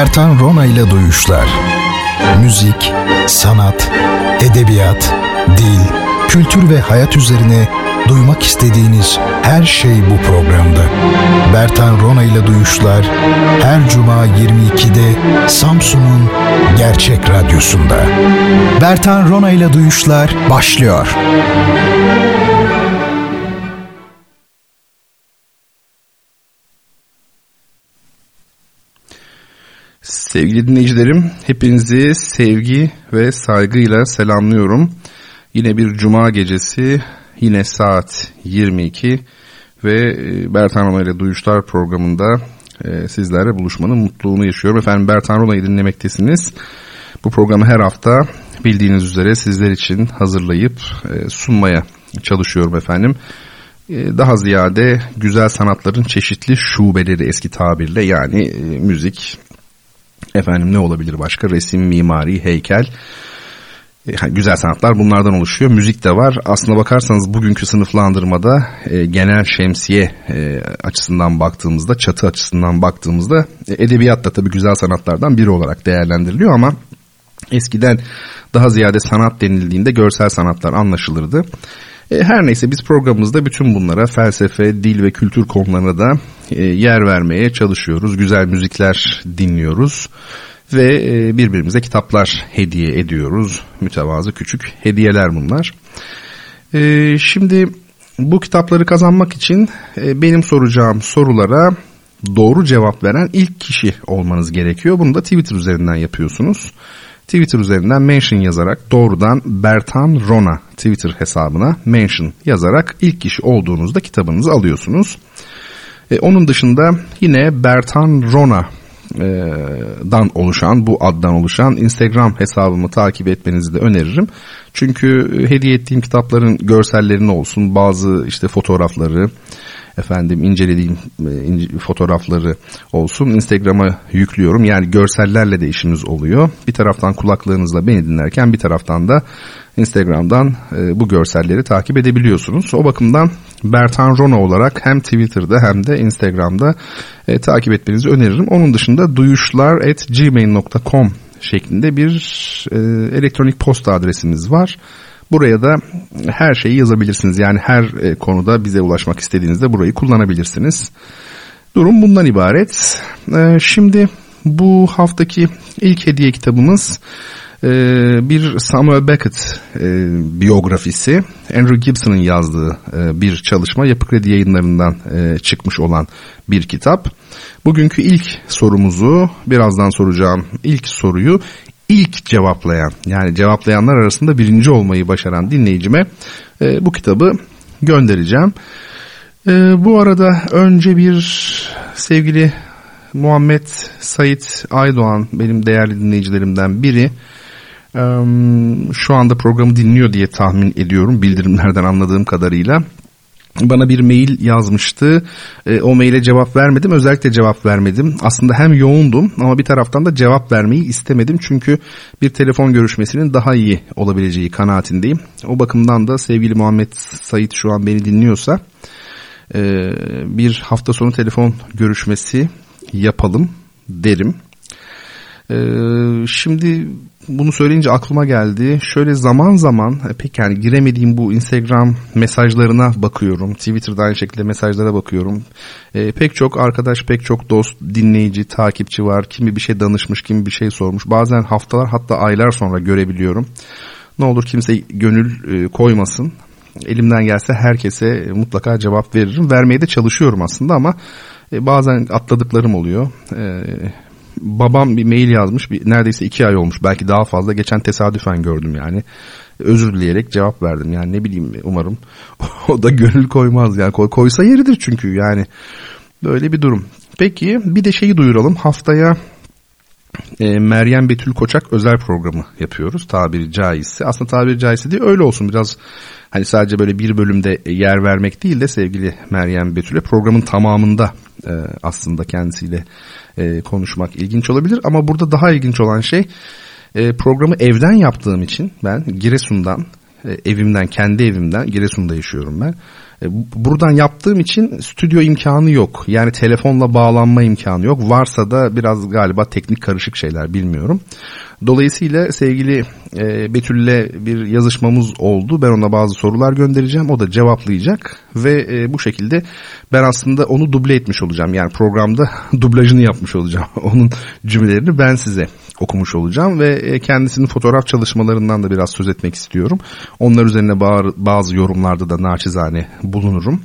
Bertan Rona ile Duyuşlar. Müzik, sanat, edebiyat, dil, kültür ve hayat üzerine duymak istediğiniz her şey bu programda. Bertan Rona ile Duyuşlar her cuma 22'de Samsun'un Gerçek Radyosu'nda. Bertan Rona ile Duyuşlar başlıyor. Sevgili dinleyicilerim, hepinizi sevgi ve saygıyla selamlıyorum. Yine bir cuma gecesi, yine saat 22 ve Bertan Rona ile Duyuşlar programında sizlerle buluşmanın mutluluğunu yaşıyorum. Efendim, Bertan Rona'yı dinlemektesiniz. Bu programı her hafta bildiğiniz üzere sizler için hazırlayıp sunmaya çalışıyorum efendim. Daha ziyade güzel sanatların çeşitli şubeleri, eski tabirle, yani müzik, efendim ne olabilir başka? Resim, mimari, heykel. Güzel sanatlar bunlardan oluşuyor. Müzik de var. Aslına bakarsanız bugünkü sınıflandırmada genel şemsiye açısından baktığımızda, çatı açısından baktığımızda edebiyat da tabii güzel sanatlardan biri olarak değerlendiriliyor ama eskiden daha ziyade sanat denildiğinde görsel sanatlar anlaşılırdı. Her neyse, biz programımızda bütün bunlara, felsefe, dil ve kültür konularına da yer vermeye çalışıyoruz. Güzel müzikler dinliyoruz ve birbirimize kitaplar hediye ediyoruz. Mütevazı küçük hediyeler bunlar. Şimdi bu kitapları kazanmak için benim soracağım sorulara doğru cevap veren ilk kişi olmanız gerekiyor. Bunu da Twitter üzerinden yapıyorsunuz. Twitter üzerinden mention yazarak doğrudan Bertan Rona Twitter hesabına mention yazarak ilk kişi olduğunuzda kitabınızı alıyorsunuz. Onun dışında yine Bertan Rona'dan oluşan, bu addan oluşan Instagram hesabımı takip etmenizi de öneririm. Çünkü hediye ettiğim kitapların görsellerini olsun, bazı işte fotoğrafları, efendim incelediğim fotoğrafları olsun Instagram'a yüklüyorum. Yani görsellerle de işimiz oluyor. Bir taraftan kulaklarınızla beni dinlerken bir taraftan da Instagram'dan bu görselleri takip edebiliyorsunuz. O bakımdan Bertan Rona olarak hem Twitter'da hem de Instagram'da takip etmenizi öneririm. Onun dışında duyuşlar@gmail.com şeklinde bir elektronik posta adresimiz var. Buraya da her şeyi yazabilirsiniz. Yani her konuda bize ulaşmak istediğinizde burayı kullanabilirsiniz. Durum bundan ibaret. Şimdi bu haftaki ilk hediye kitabımız bir Samuel Beckett biyografisi. Andrew Gibson'ın yazdığı bir çalışma. Yapı Kredi Yayınları'ndan çıkmış olan bir kitap. Bugünkü ilk sorumuzu, birazdan soracağım ilk soruyu İlk cevaplayan, yani cevaplayanlar arasında birinci olmayı başaran dinleyicime bu kitabı göndereceğim. Bu arada önce bir sevgili Muhammed Sait Aydoğan, benim değerli dinleyicilerimden biri, şu anda programı dinliyor diye tahmin ediyorum, bildirimlerden anladığım kadarıyla. Bana bir mail yazmıştı. O maile cevap vermedim. Özellikle cevap vermedim. Aslında hem yoğundum ama bir taraftan da cevap vermeyi istemedim. Çünkü bir telefon görüşmesinin daha iyi olabileceği kanaatindeyim. O bakımdan da sevgili Muhammed Sait şu an beni dinliyorsa bir hafta sonu telefon görüşmesi yapalım derim. Şimdi bunu söyleyince aklıma geldi. Şöyle zaman zaman pek yani giremediğim bu Instagram mesajlarına bakıyorum. Twitter'da aynı şekilde mesajlara bakıyorum. Pek çok arkadaş, pek çok dost, dinleyici, takipçi var. Kimi bir şey danışmış, kimi bir şey sormuş. Bazen haftalar, hatta aylar sonra görebiliyorum. Ne olur kimse gönül koymasın. Elimden gelse herkese mutlaka cevap veririm. Vermeye de çalışıyorum aslında ama bazen atladıklarım oluyor. Babam bir mail yazmış, neredeyse 2 ay olmuş, belki daha fazla. Geçen tesadüfen gördüm yani. Özür dileyerek cevap verdim. Yani ne bileyim, umarım o da gönül koymaz. Yani koysa yeridir çünkü, yani böyle bir durum. Peki bir de şeyi duyuralım. Haftaya Meryem Betül Koçak özel programı yapıyoruz, tabiri caizse. Aslında tabiri caizse değil, öyle olsun biraz. Hani sadece böyle bir bölümde yer vermek değil de sevgili Meryem Betül'e programın tamamında aslında kendisiyle konuşmak ilginç olabilir. Ama burada daha ilginç olan şey, programı evden yaptığım için ben Giresun'dan, evimden, kendi evimden, Giresun'da yaşıyorum ben. Buradan yaptığım için stüdyo imkanı yok. Yani telefonla bağlanma imkanı yok. Varsa da biraz galiba teknik karışık şeyler, bilmiyorum. Dolayısıyla sevgili Betül'le bir yazışmamız oldu. Ben ona bazı sorular göndereceğim. O da cevaplayacak ve bu şekilde ben aslında onu duble etmiş olacağım. Yani programda dublajını yapmış olacağım. Onun cümlelerini ben size okumuş olacağım ve kendisinin fotoğraf çalışmalarından da biraz söz etmek istiyorum. Onlar üzerine bazı yorumlarda da naçizane bulunurum.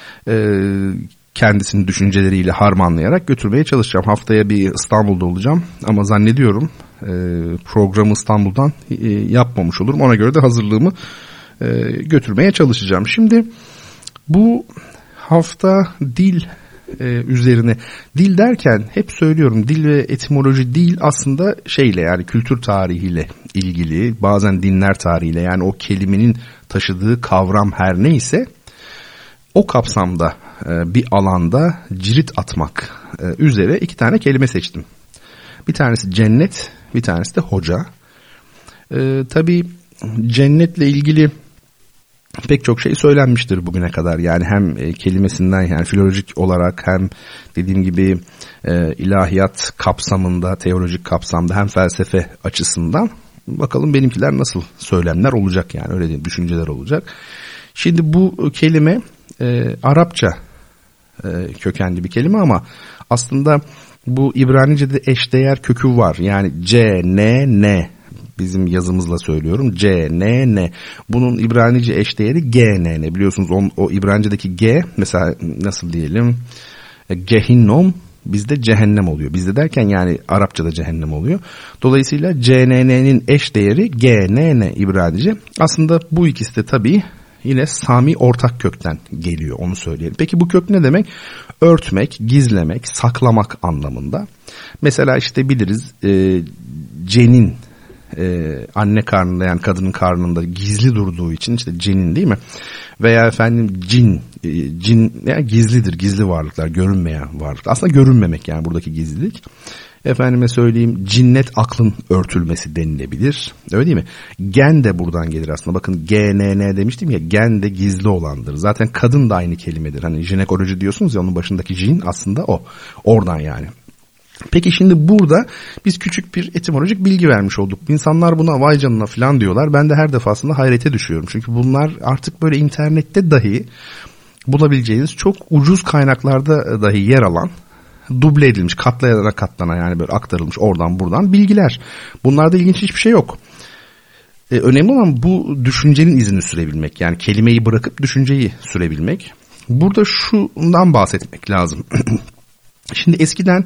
Kendisinin düşünceleriyle harmanlayarak götürmeye çalışacağım. Haftaya bir İstanbul'da olacağım ama zannediyorum programı İstanbul'dan yapmamış olurum. Ona göre de hazırlığımı götürmeye çalışacağım. Şimdi bu hafta dil üzerine, dil derken hep söylüyorum, dil ve etimoloji değil aslında şeyle, yani kültür tarihiyle ilgili, bazen dinler tarihiyle, yani o kelimenin taşıdığı kavram her neyse o kapsamda bir alanda cirit atmak üzere 2 tane kelime seçtim. Bir tanesi cennet, bir tanesi de hoca. Tabii cennetle ilgili pek çok şey söylenmiştir bugüne kadar. Yani hem kelimesinden, yani filolojik olarak, hem dediğim gibi ilahiyat kapsamında, teolojik kapsamda, hem felsefe açısından. Bakalım benimkiler nasıl söylemler olacak, yani öyle diyeyim, düşünceler olacak. Şimdi bu kelime Arapça kökenli bir kelime ama aslında bu İbranice'de eşdeğer kökü var. Yani C-N-N, bizim yazımızla söylüyorum, C-N-N. Bunun İbranice eşdeğeri G-N-N. Biliyorsunuz o İbranice'deki G, mesela nasıl diyelim, Gehinnom bizde cehennem oluyor. Bizde derken yani Arapçada cehennem oluyor. Dolayısıyla C-N-N'nin eşdeğeri G-N-N İbranice. Aslında bu ikisi de tabii yine Sami ortak kökten geliyor, onu söyleyelim. Peki bu kök ne demek? Örtmek, gizlemek, saklamak anlamında. Mesela işte biliriz cenin anne karnında, yani kadının karnında gizli durduğu için işte cenin, değil mi? Veya efendim cin yani gizlidir, gizli varlıklar, görünmeyen varlık. Aslında görünmemek, yani buradaki gizlilik. Efendime söyleyeyim, cinnet aklın örtülmesi denilebilir. Öyle değil mi? Gen de buradan gelir aslında. Bakın GNN demiştim ya, gen de gizli olandır. Zaten kadın da aynı kelimedir. Hani jinekoloji diyorsunuz ya, onun başındaki jin aslında o. Oradan yani. Peki şimdi burada biz küçük bir etimolojik bilgi vermiş olduk. İnsanlar buna vay canına falan diyorlar. Ben de her defasında hayrete düşüyorum. Çünkü bunlar artık böyle internette dahi bulabileceğiniz çok ucuz kaynaklarda dahi yer alan, duble edilmiş, katlana yani böyle aktarılmış oradan buradan bilgiler. Bunlarda ilginç hiçbir şey yok. Önemli olan bu düşüncenin izini sürebilmek. Yani kelimeyi bırakıp düşünceyi sürebilmek. Burada şundan bahsetmek lazım. Şimdi eskiden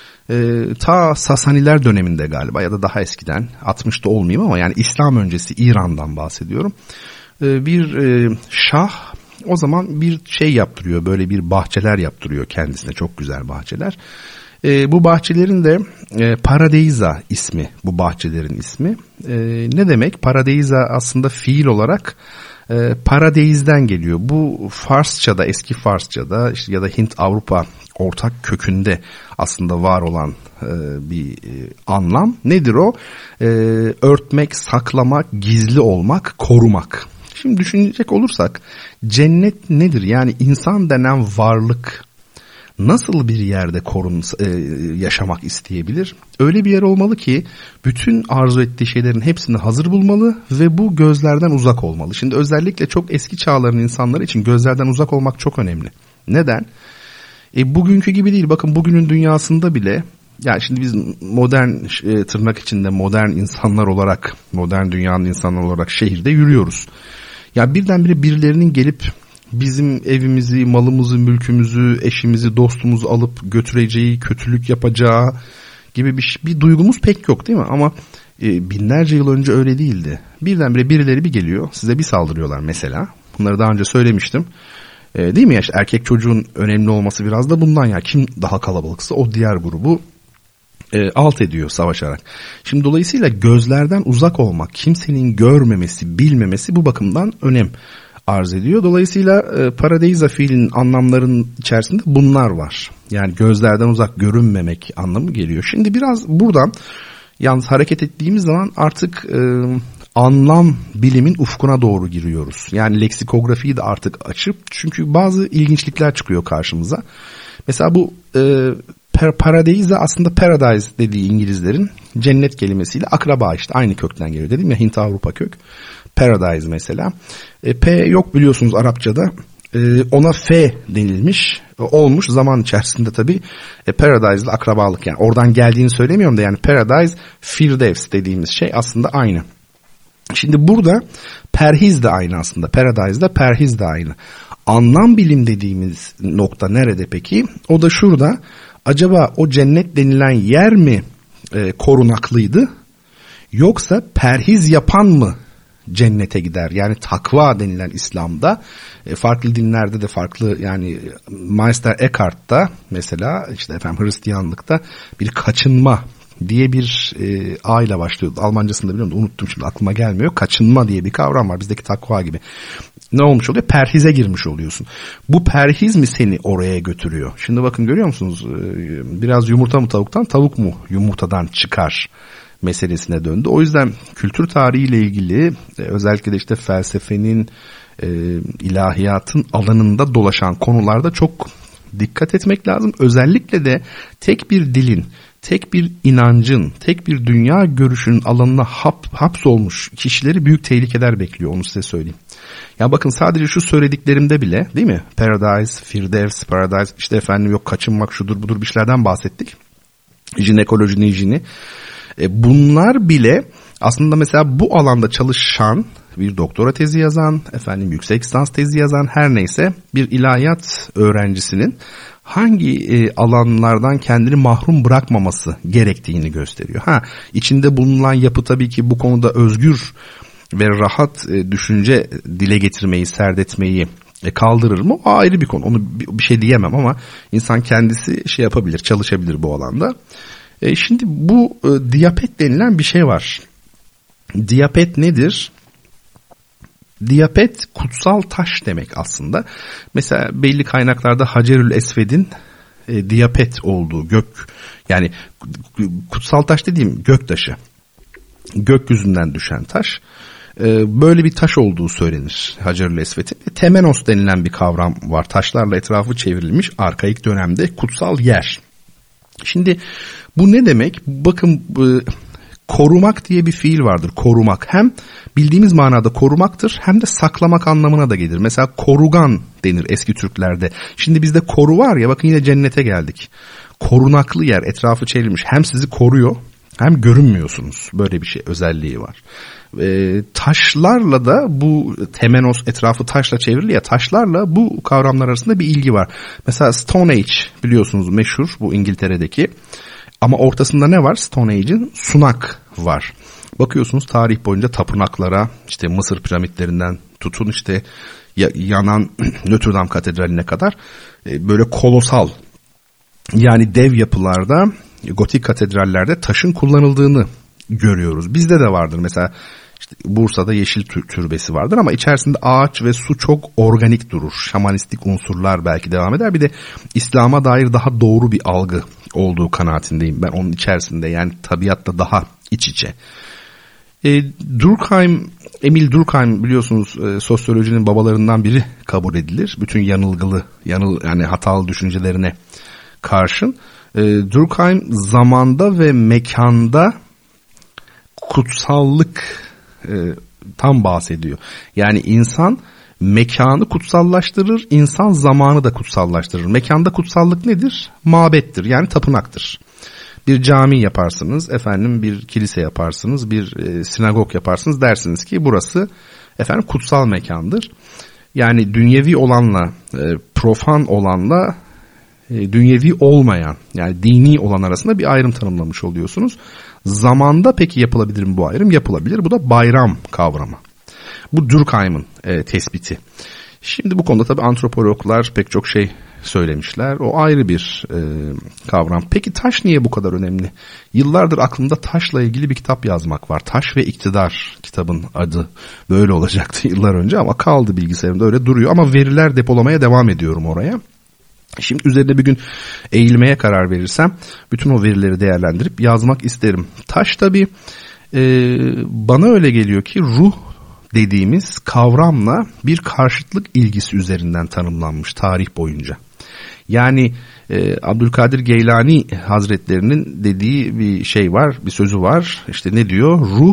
ta Sasaniler döneminde galiba, ya da daha eskiden, 60'da olmayayım ama yani İslam öncesi İran'dan bahsediyorum. Bir şah o zaman bir şey yaptırıyor, böyle bir bahçeler yaptırıyor kendisine, çok güzel bahçeler. Bu bahçelerin de Paradeiza ismi, bu bahçelerin ismi. Ne demek? Paradeiza aslında fiil olarak Paradeiz'den geliyor. Bu Farsça'da, eski Farsça'da işte ya da Hint-Avrupa ortak kökünde aslında var olan bir anlam. Nedir o? Örtmek, saklamak, gizli olmak, korumak. Şimdi düşünecek olursak cennet nedir? Yani insan denen varlık nasıl bir yerde yaşamak isteyebilir? Öyle bir yer olmalı ki bütün arzu ettiği şeylerin hepsini hazır bulmalı ve bu gözlerden uzak olmalı. Şimdi özellikle çok eski çağların insanları için gözlerden uzak olmak çok önemli. Neden? Bugünkü gibi değil. Bakın bugünün dünyasında bile, yani şimdi biz modern, tırnak içinde modern insanlar olarak, modern dünyanın insanları olarak şehirde yürüyoruz. Ya birdenbire birilerinin gelip bizim evimizi, malımızı, mülkümüzü, eşimizi, dostumuzu alıp götüreceği, kötülük yapacağı gibi bir duygumuz pek yok, değil mi? Ama binlerce yıl önce öyle değildi. Birdenbire birileri bir geliyor, size bir saldırıyorlar mesela. Bunları daha önce söylemiştim. Değil mi ya? İşte erkek çocuğun önemli olması biraz da bundan ya. Kim daha kalabalıksa o diğer grubu alt ediyor savaşarak. Şimdi dolayısıyla gözlerden uzak olmak, kimsenin görmemesi, bilmemesi bu bakımdan önem arz ediyor. Dolayısıyla paradeiza fiilinin anlamlarının içerisinde bunlar var. Yani gözlerden uzak, görünmemek anlamı geliyor. Şimdi biraz buradan yalnız hareket ettiğimiz zaman artık anlam bilimin ufkuna doğru giriyoruz. Yani leksikografiyi de artık açıp, çünkü bazı ilginçlikler çıkıyor karşımıza. Mesela bu paradise aslında paradise dediği İngilizlerin cennet kelimesiyle akraba, işte aynı kökten geliyor dedim ya, Hint-Avrupa kök. Paradise mesela. P yok biliyorsunuz Arapçada. Ona F denilmiş. Olmuş zaman içerisinde tabii paradise ile akrabalık, yani oradan geldiğini söylemiyorum da, yani paradise firdevs dediğimiz şey aslında aynı. Şimdi burada perhiz de aynı aslında. Paradise ile perhiz de aynı. Anlam bilim dediğimiz nokta nerede peki? O da şurada. Acaba o cennet denilen yer mi korunaklıydı? Yoksa perhiz yapan mı cennete gider? Yani takva denilen İslam'da, farklı dinlerde de farklı, yani Meister Eckhart'ta mesela, işte efendim Hristiyanlıkta bir kaçınma diye bir A ile başlıyor. Almancasını da biliyorum da unuttum şimdi, aklıma gelmiyor. Kaçınma diye bir kavram var bizdeki takva gibi. Ne olmuş oluyor? Perhize girmiş oluyorsun. Bu perhiz mi seni oraya götürüyor? Şimdi bakın, görüyor musunuz? Biraz yumurta mı tavuktan, tavuk mu yumurtadan çıkar meselesine döndü. O yüzden kültür tarihiyle ilgili özellikle de işte felsefenin, ilahiyatın alanında dolaşan konularda çok dikkat etmek lazım. Özellikle de tek bir dilin, tek bir inancın, tek bir dünya görüşünün alanına hapsolmuş kişileri büyük tehlikeler bekliyor, onu size söyleyeyim. Ya bakın, sadece şu söylediklerimde bile, değil mi? Paradise, firdevs, paradise, işte efendim yok kaçınmak, şudur budur bir şeylerden bahsettik. Jinekoloji, hijini. Bunlar bile aslında mesela bu alanda çalışan, bir doktora tezi yazan, efendim yüksek lisans tezi yazan, her neyse bir ilahiyat öğrencisinin hangi alanlardan kendini mahrum bırakmaması gerektiğini gösteriyor. İçinde bulunan yapı tabii ki bu konuda özgür ve rahat düşünce dile getirmeyi, serdetmeyi kaldırır mı? O ayrı bir konu. Onu bir şey diyemem ama insan kendisi şey yapabilir, çalışabilir bu alanda. Şimdi bu diyapet denilen bir şey var. Diyapet nedir? Diyapet kutsal taş demek aslında. Mesela belli kaynaklarda Hacerül Esved'in diyapet olduğu, yani kutsal taş dediğim göktaşı. Gökyüzünden düşen taş. Böyle bir taş olduğu söylenir Hacerül Esved'in. Temenos denilen bir kavram var. Taşlarla etrafı çevrilmiş arkaik dönemde kutsal yer. Şimdi bu ne demek? Bakın, korumak diye bir fiil vardır. Korumak hem bildiğimiz manada korumaktır, hem de saklamak anlamına da gelir. Mesela korugan denir eski Türklerde. Şimdi bizde koru var ya, bakın yine cennete geldik. Korunaklı yer, etrafı çevrilmiş, hem sizi koruyor hem görünmüyorsunuz. Böyle bir şey, özelliği var. Taşlarla da, bu temenos etrafı taşla çevrili ya, taşlarla bu kavramlar arasında bir ilgi var. Mesela Stone Age biliyorsunuz meşhur, bu İngiltere'deki. Ama ortasında ne var? Stone Age'in sunak var. Bakıyorsunuz tarih boyunca tapınaklara, işte Mısır piramitlerinden tutun işte yanan Notre Dame Katedrali'ne kadar böyle kolosal, yani dev yapılarda, gotik katedrallerde taşın kullanıldığını görüyoruz. Bizde de vardır mesela, işte Bursa'da Yeşil Türbesi vardır ama içerisinde ağaç ve su çok organik durur. Şamanistik unsurlar belki devam eder. Bir de İslam'a dair daha doğru bir algı olduğu kanaatindeyim ben onun içerisinde, yani tabiatla daha iç içe. Durkheim, Emil Durkheim biliyorsunuz sosyolojinin babalarından biri kabul edilir. Bütün yani hatalı düşüncelerine karşın. Durkheim zamanda ve mekanda kutsallık tam bahsediyor. Yani insan mekanı kutsallaştırır, insan zamanı da kutsallaştırır. Mekanda kutsallık nedir? Mabettir, yani tapınaktır. Bir cami yaparsınız, efendim bir kilise yaparsınız, bir sinagog yaparsınız, dersiniz ki burası efendim kutsal mekandır. Yani dünyevi olanla profan olanla dünyevi olmayan, yani dini olan arasında bir ayrım tanımlamış oluyorsunuz. Zamanda peki yapılabilir mi bu ayrım? Yapılabilir. Bu da bayram kavramı. Bu Durkheim'in tespiti. Şimdi bu konuda tabii antropologlar pek çok şey söylemişler. O ayrı bir kavram. Peki taş niye bu kadar önemli? Yıllardır aklımda taşla ilgili bir kitap yazmak var. Taş ve İktidar, kitabın adı böyle olacaktı yıllar önce ama kaldı bilgisayarımda, öyle duruyor. Ama veriler depolamaya devam ediyorum oraya. Şimdi üzerinde bir gün eğilmeye karar verirsem bütün o verileri değerlendirip yazmak isterim. Taş tabii Bana öyle geliyor ki ruh dediğimiz kavramla bir karşıtlık ilgisi üzerinden tanımlanmış tarih boyunca. Yani Abdülkadir Geylani Hazretlerinin dediği bir şey var, bir sözü var. İşte ne diyor? Ruh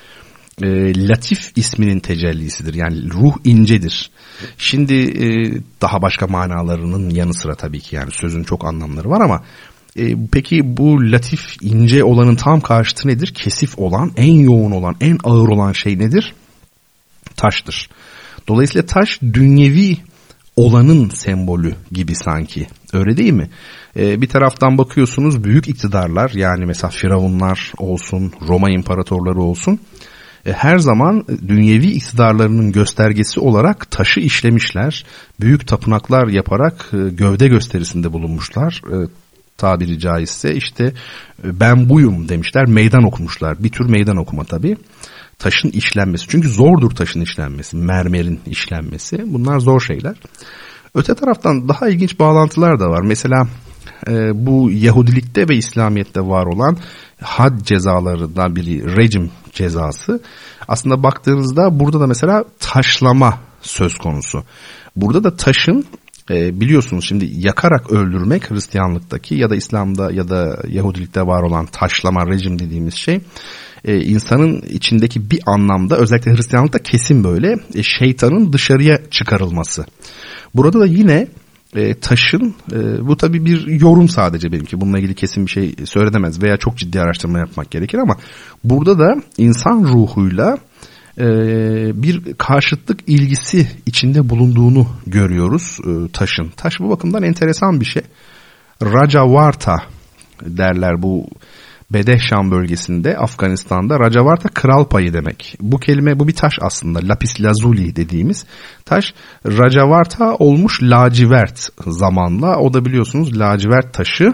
latif isminin tecellisidir. Yani ruh incedir. Şimdi daha başka manalarının yanı sıra tabii ki yani sözün çok anlamları var ama peki bu latif ince olanın tam karşıtı nedir? Kesif olan, en yoğun olan, en ağır olan şey nedir? Taştır. Dolayısıyla taş dünyevi olanın sembolü gibi sanki. Öyle değil mi? Bir taraftan bakıyorsunuz büyük iktidarlar, yani mesela Firavunlar olsun, Roma imparatorları olsun, her zaman dünyevi iktidarlarının göstergesi olarak taşı işlemişler. Büyük tapınaklar yaparak gövde gösterisinde bulunmuşlar. Tabiri caizse işte ben buyum demişler, meydan okumuşlar. Bir tür meydan okuma tabii. Taşın işlenmesi. Çünkü zordur taşın işlenmesi, mermerin işlenmesi. Bunlar zor şeyler. Öte taraftan daha ilginç bağlantılar da var. Mesela bu Yahudilikte ve İslamiyet'te var olan had cezalarından biri rejim cezası. Aslında baktığınızda burada da mesela taşlama söz konusu. Burada da taşın biliyorsunuz şimdi yakarak öldürmek Hristiyanlıktaki ya da İslam'da ya da Yahudilikte var olan taşlama rejim dediğimiz şey insanın içindeki bir anlamda özellikle Hristiyanlıkta kesin böyle şeytanın dışarıya çıkarılması. Burada da yine taşın bu tabii bir yorum sadece benimki. Bununla ilgili kesin bir şey söylenemez veya çok ciddi araştırma yapmak gerekir ama burada da insan ruhuyla bir karşıtlık ilgisi içinde bulunduğunu görüyoruz taşın. Taş bu bakımdan enteresan bir şey. Rajavarta derler bu Bedehşan bölgesinde Afganistan'da. Rajavarta kral payı demek. Bu kelime, bu bir taş aslında. Lapis lazuli dediğimiz taş. Rajavarta olmuş lacivert zamanla. O da biliyorsunuz lacivert taşı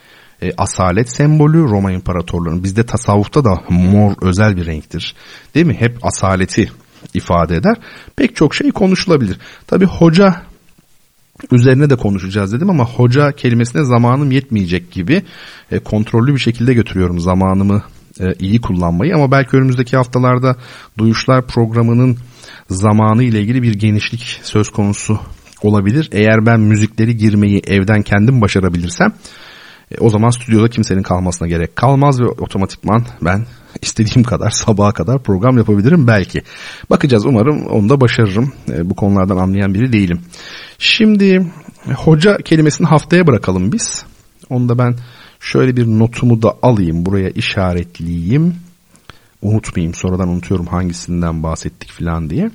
asalet sembolü Roma imparatorlarının. Bizde tasavvufta da mor özel bir renktir. Değil mi? Hep asaleti ifade eder. Pek çok şey konuşulabilir. Tabii hoca üzerine de konuşacağız dedim ama hoca kelimesine zamanım yetmeyecek gibi kontrollü bir şekilde götürüyorum zamanımı iyi kullanmayı. Ama belki önümüzdeki haftalarda Duyuşlar programının zamanı ile ilgili bir genişlik söz konusu olabilir. Eğer ben müzikleri girmeyi evden kendim başarabilirsem o zaman stüdyoda kimsenin kalmasına gerek kalmaz ve otomatikman ben istediğim kadar sabaha kadar program yapabilirim belki. Bakacağız, umarım onu da başarırım. Bu konulardan anlayan biri değilim. Şimdi hoca kelimesini haftaya bırakalım biz. Onu da ben şöyle bir notumu da alayım, buraya işaretleyeyim. Unutmayayım, sonradan unutuyorum hangisinden bahsettik falan diye.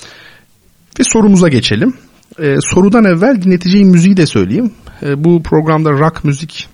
Ve sorumuza geçelim. Sorudan evvel dinleteceğim müziği de söyleyeyim. Bu programda rock müzik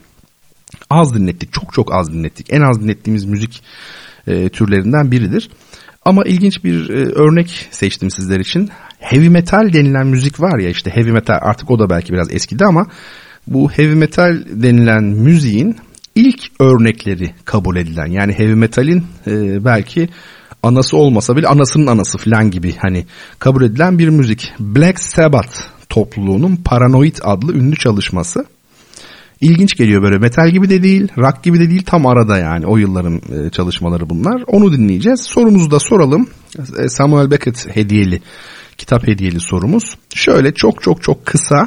az dinlettik. Çok az dinlettik. En az dinlettiğimiz müzik türlerinden biridir. Ama ilginç bir örnek seçtim sizler için. Heavy metal denilen müzik var ya, işte heavy metal artık o da belki biraz eskidi ama bu heavy metal denilen müziğin ilk örnekleri kabul edilen, yani heavy metalin belki anası olmasa bile anasının anası falan gibi hani kabul edilen bir müzik. Black Sabbath topluluğunun Paranoid adlı ünlü çalışması. İlginç geliyor, böyle metal gibi de değil, rock gibi de değil, tam arada yani o yılların çalışmaları bunlar. Onu dinleyeceğiz. Sorumuzu da soralım. Samuel Beckett hediyeli, kitap hediyeli sorumuz. Şöyle çok kısa.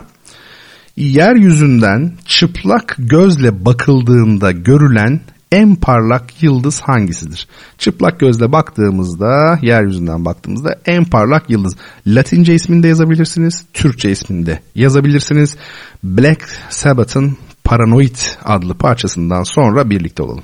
Yeryüzünden çıplak gözle bakıldığında görülen en parlak yıldız hangisidir? Çıplak gözle baktığımızda, yeryüzünden baktığımızda en parlak yıldız. Latince ismini de yazabilirsiniz, Türkçe ismini de yazabilirsiniz. Black Sabbath'ın Paranoid adlı parçasından sonra birlikte olalım.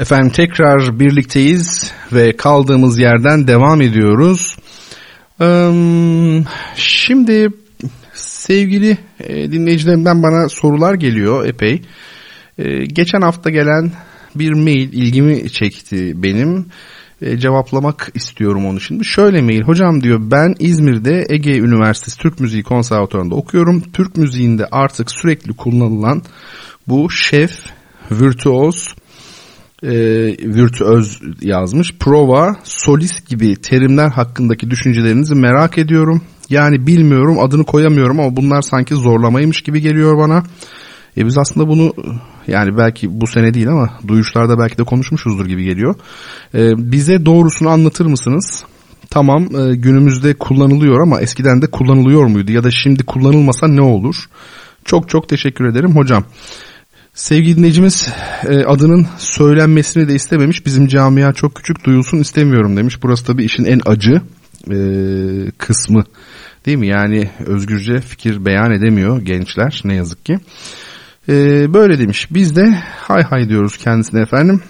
Efendim tekrar birlikteyiz ve kaldığımız yerden devam ediyoruz. Şimdi sevgili dinleyicilerimden bana sorular geliyor epey. Geçen hafta gelen bir mail ilgimi çekti benim. Cevaplamak istiyorum onu şimdi. Şöyle mail, hocam diyor, ben İzmir'de Ege Üniversitesi Türk Müziği Konservatuvarı'nda okuyorum. Türk müziğinde artık sürekli kullanılan bu şef, virtüöz yazmış, prova, solist gibi terimler hakkındaki düşüncelerinizi merak ediyorum. Yani bilmiyorum, adını koyamıyorum ama bunlar sanki zorlamaymış gibi geliyor bana. Biz aslında bunu, yani belki bu sene değil ama duyuşlarda belki de konuşmuşuzdur gibi geliyor. Bize doğrusunu anlatır mısınız? Tamam, günümüzde kullanılıyor ama eskiden de kullanılıyor muydu ya da şimdi kullanılmasa ne olur? Çok çok teşekkür ederim hocam. Sevgili dinleyicimiz adının söylenmesini de istememiş. Bizim camia çok küçük, duyulsun istemiyorum demiş. Burası tabii işin en acı kısmı, değil mi? Yani özgürce fikir beyan edemiyor gençler ne yazık ki. Böyle demiş. Biz de hay hay diyoruz kendisine efendim.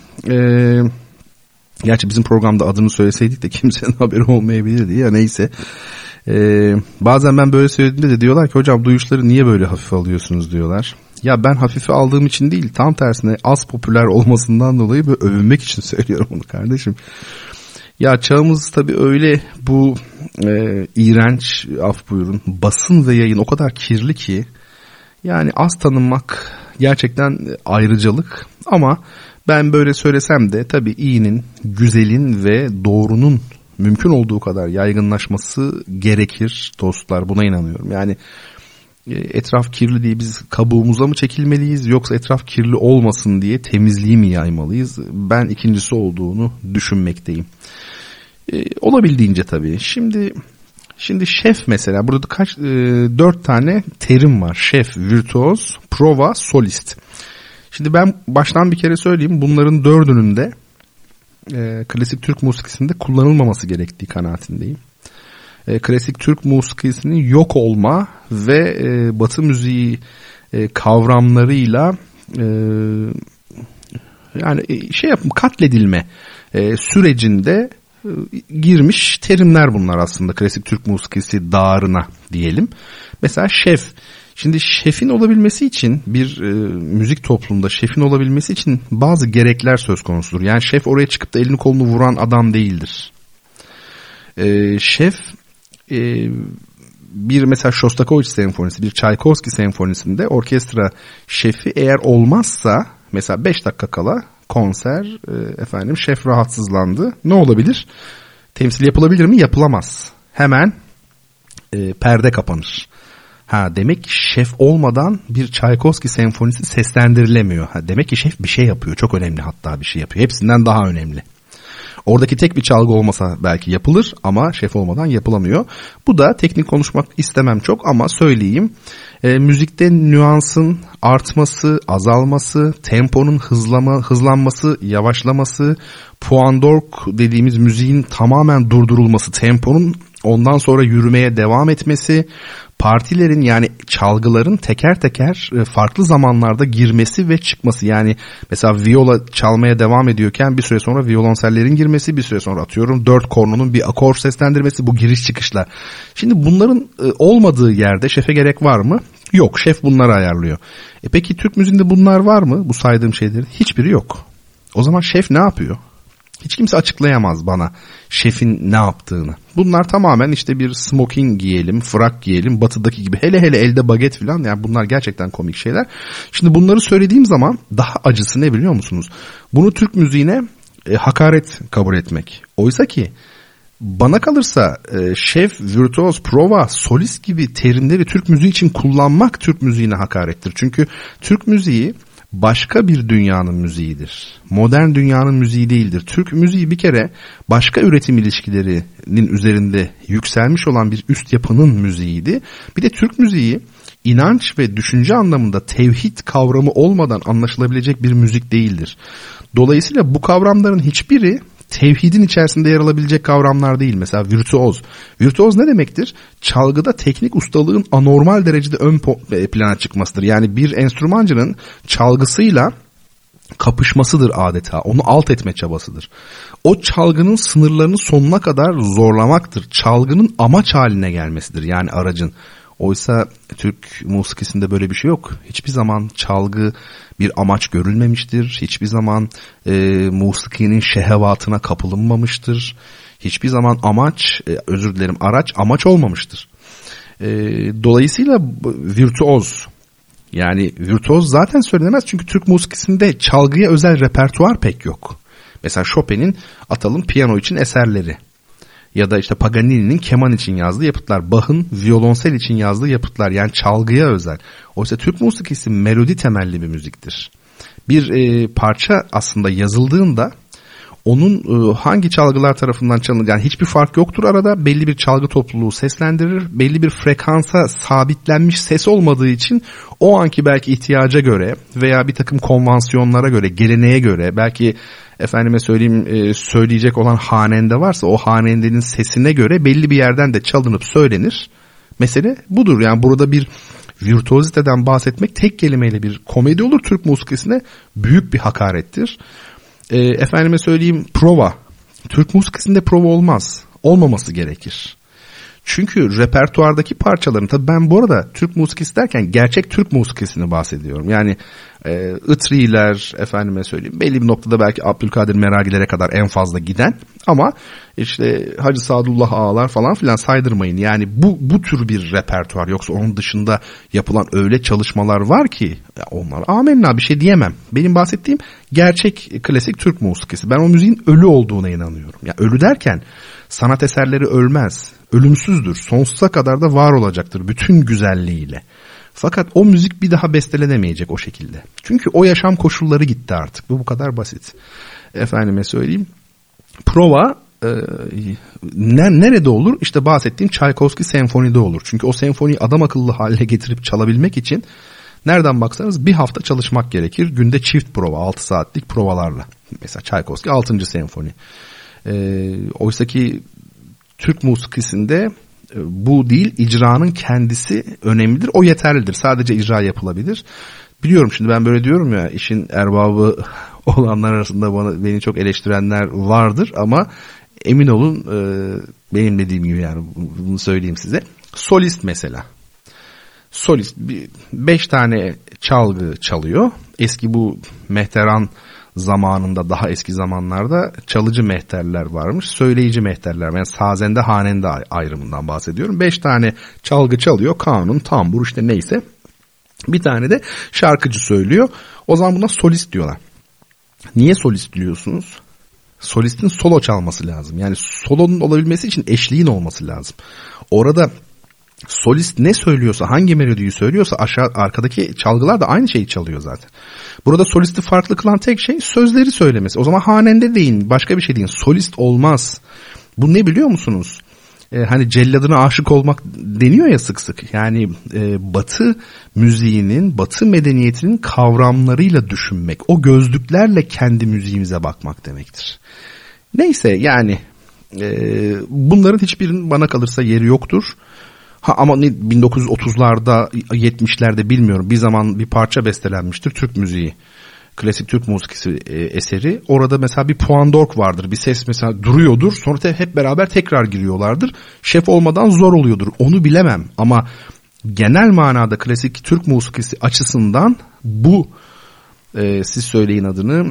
Gerçi bizim programda adını söyleseydik de kimsenin haberi olmayabilirdi ya, neyse. Bazen ben böyle söylediğimde de diyorlar ki hocam duyuşları niye böyle hafife alıyorsunuz diyorlar. Ya ben hafife aldığım için değil, tam tersine az popüler olmasından dolayı böyle övünmek için söylüyorum onu kardeşim. Ya çağımız tabii öyle bu iğrenç, af buyurun, basın ve yayın o kadar kirli ki yani az tanınmak gerçekten ayrıcalık. Ama ben böyle söylesem de tabii iyinin, güzelin ve doğrunun mümkün olduğu kadar yaygınlaşması gerekir dostlar, buna inanıyorum. Yani etraf kirli diye biz kabuğumuza mı çekilmeliyiz yoksa etraf kirli olmasın diye temizliği mi yaymalıyız? Ben ikincisi olduğunu düşünmekteyim. Olabildiğince tabii. Şimdi şef mesela burada 4 tane terim var. Şef, virtüöz, prova, solist. Şimdi ben baştan bir kere söyleyeyim, bunların 4'ünün de klasik Türk musikisinde kullanılmaması gerektiği kanaatindeyim. Klasik Türk musikisinin yok olma ve Batı müziği kavramlarıyla yani katledilme sürecinde girmiş terimler bunlar aslında, klasik Türk musikisi dağarına diyelim. Mesela şef. Şimdi şefin olabilmesi için bir müzik toplumunda şefin olabilmesi için bazı gerekler söz konusudur. Yani şef oraya çıkıp da elini kolunu vuran adam değildir. Şef bir mesela Shostakovich senfonisi, bir Tchaikovsky senfonisinde orkestra şefi eğer olmazsa mesela 5 dakika kala konser, şef rahatsızlandı. Ne olabilir? Temsil yapılabilir mi? Yapılamaz. Hemen perde kapanır. Demek ki şef olmadan bir Tchaikovsky senfonisi seslendirilemiyor. Demek ki şef bir şey yapıyor. Çok önemli, hatta bir şey yapıyor. Hepsinden daha önemli. Oradaki tek bir çalgı olmasa belki yapılır ama şef olmadan yapılamıyor. Bu da teknik konuşmak istemem çok ama söyleyeyim. Müzikte nüansın artması, azalması, temponun hızlanması, yavaşlaması, puandorg dediğimiz müziğin tamamen durdurulması, temponun ondan sonra yürümeye devam etmesi, partilerin yani çalgıların teker teker farklı zamanlarda girmesi ve çıkması. Yani mesela viola çalmaya devam ediyorken bir süre sonra violonsellerin girmesi, bir süre sonra atıyorum 4 kornunun bir akor seslendirmesi, bu giriş çıkışlar. Şimdi bunların olmadığı yerde şefe gerek var mı? Yok, şef bunları ayarlıyor. Peki Türk müziğinde bunlar var mı? Bu saydığım şeylerin hiçbiri yok. O zaman şef ne yapıyor? Hiç kimse açıklayamaz bana şefin ne yaptığını. Bunlar tamamen işte bir smoking giyelim, frak giyelim, batıdaki gibi, hele elde baget falan, yani bunlar gerçekten komik şeyler. Şimdi bunları söylediğim zaman daha acısı ne biliyor musunuz? Bunu Türk müziğine hakaret kabul etmek. Oysa ki bana kalırsa şef, virtüöz, prova, solist gibi terimleri Türk müziği için kullanmak Türk müziğine hakarettir. Çünkü Türk müziği başka bir dünyanın müziğidir. Modern dünyanın müziği değildir. Türk müziği bir kere başka üretim ilişkilerinin üzerinde yükselmiş olan bir üst yapının müziğiydi. Bir de Türk müziği inanç ve düşünce anlamında tevhid kavramı olmadan anlaşılabilecek bir müzik değildir. Dolayısıyla bu kavramların hiçbiri tevhidin içerisinde yer alabilecek kavramlar değil. Mesela virtüöz. Virtüöz ne demektir? Çalgıda teknik ustalığın anormal derecede ön plana çıkmasıdır. Yani bir enstrümancının çalgısıyla kapışmasıdır adeta. Onu alt etme çabasıdır. O çalgının sınırlarını sonuna kadar zorlamaktır. Çalgının amaç haline gelmesidir. Yani aracın. Oysa Türk musikisinde böyle bir şey yok. Hiçbir zaman çalgı bir amaç görülmemiştir. Hiçbir zaman musikinin şehevatına kapılınmamıştır. Hiçbir zaman araç amaç olmamıştır. Dolayısıyla virtüoz, yani virtüoz zaten söylenemez çünkü Türk musikisinde çalgıya özel repertuar pek yok. Mesela Chopin'in atalım piyano için eserleri ya da işte Paganini'nin keman için yazdığı yapıtlar, Bach'ın violonsel için yazdığı yapıtlar, yani çalgıya özel. Oysa Türk musikisi melodi temelli bir müziktir. Bir parça aslında yazıldığında onun hangi çalgılar tarafından çalınır, yani hiçbir fark yoktur arada, belli bir çalgı topluluğu seslendirir, belli bir frekansa sabitlenmiş ses olmadığı için o anki belki ihtiyaca göre veya bir takım konvansiyonlara göre, geleneğe göre, belki efendime söyleyeyim söyleyecek olan hanende varsa o hanendenin sesine göre belli bir yerden de çalınıp söylenir. Mesele budur. Yani burada bir virtüoziteden bahsetmek tek kelimeyle bir komedi olur Türk musikisine, büyük bir hakarettir. Efendime söyleyeyim prova. Türk musikisinde prova olmaz. Olmaması gerekir. Çünkü repertuardaki parçaların, tabii ben bu arada Türk musikisi derken gerçek Türk musikisini bahsediyorum. Yani Itri'ler, efendime söyleyeyim belli bir noktada belki Abdülkadir Meragilere kadar en fazla giden, ama işte Hacı Sadullah Ağalar falan filan saydırmayın. Yani bu tür bir repertuar, yoksa onun dışında yapılan öyle çalışmalar var ki onlar amenna, bir şey diyemem. Benim bahsettiğim gerçek klasik Türk musikisi. Ben o müziğin ölü olduğuna inanıyorum. Ya ölü derken sanat eserleri ölmez. Ölümsüzdür. Sonsuza kadar da var olacaktır bütün güzelliğiyle. Fakat o müzik bir daha bestelenemeyecek o şekilde. Çünkü o yaşam koşulları gitti artık. Bu kadar basit. Efendime söyleyeyim. Prova nerede olur? İşte bahsettiğim Çaykovski senfonide olur. Çünkü o senfoniyi adam akıllı hale getirip çalabilmek için nereden baksanız bir hafta çalışmak gerekir. Günde çift prova, 6 saatlik provalarla. Mesela Çaykovski 6. senfoni. Oysaki Türk musikisinde bu değil, icranın kendisi önemlidir. O yeterlidir. Sadece icra yapılabilir. Biliyorum, şimdi ben böyle diyorum ya, işin erbabı olanlar arasında beni çok eleştirenler vardır ama emin olun benim dediğim gibi, yani bunu söyleyeyim size. Solist mesela. Solist 5 tane çalgı çalıyor. Eski bu mehteran zamanında, daha eski zamanlarda çalıcı mehterler varmış, söyleyici mehterler. Yani sazende hanende ayrımından bahsediyorum. 5 tane çalgı çalıyor. Kanun, tambur, işte neyse. Bir tane de şarkıcı söylüyor. O zaman buna solist diyorlar. Niye solist diyorsunuz? Solistin solo çalması lazım. Yani solonun olabilmesi için eşliğin olması lazım. Orada solist ne söylüyorsa, hangi melodiyi söylüyorsa arkadaki çalgılar da aynı şeyi çalıyor zaten. Burada solisti farklı kılan tek şey sözleri söylemesi. O zaman hanende deyin, başka bir şey deyin. Solist olmaz. Bu ne biliyor musunuz? Hani celladına aşık olmak deniyor ya sık sık. Yani Batı müziğinin, Batı medeniyetinin kavramlarıyla düşünmek. O gözlüklerle kendi müziğimize bakmak demektir. Neyse yani bunların hiçbirinin bana kalırsa yeri yoktur. Ama 1930'larda, 70'lerde bilmiyorum, bir zaman bir parça bestelenmiştir Türk müziği. Klasik Türk musikisi eseri. Orada mesela bir puandork vardır. Bir ses mesela duruyordur. Sonra hep beraber tekrar giriyorlardır. Şef olmadan zor oluyordur. Onu bilemem. Ama genel manada klasik Türk musikisi açısından bu siz söyleyin adını,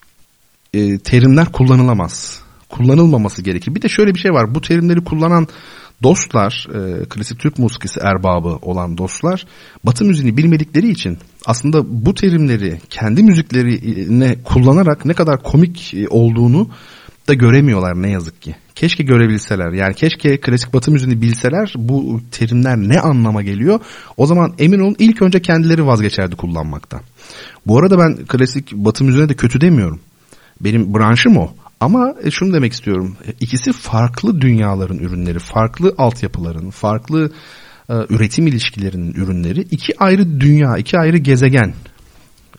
terimler kullanılamaz. Kullanılmaması gerekir. Bir de şöyle bir şey var. Bu terimleri kullanan dostlar, klasik Türk musikisi erbabı olan dostlar, Batı müziğini bilmedikleri için aslında bu terimleri kendi müziklerine kullanarak ne kadar komik olduğunu da göremiyorlar ne yazık ki. Keşke görebilseler. Yani keşke klasik Batı müziğini bilseler, bu terimler ne anlama geliyor. O zaman emin olun ilk önce kendileri vazgeçerdi kullanmaktan. Bu arada ben klasik Batı müziğine de kötü demiyorum. Benim branşım o. Ama şunu demek istiyorum. İkisi farklı dünyaların ürünleri, farklı altyapıların, farklı üretim ilişkilerinin ürünleri. İki ayrı dünya, iki ayrı gezegen.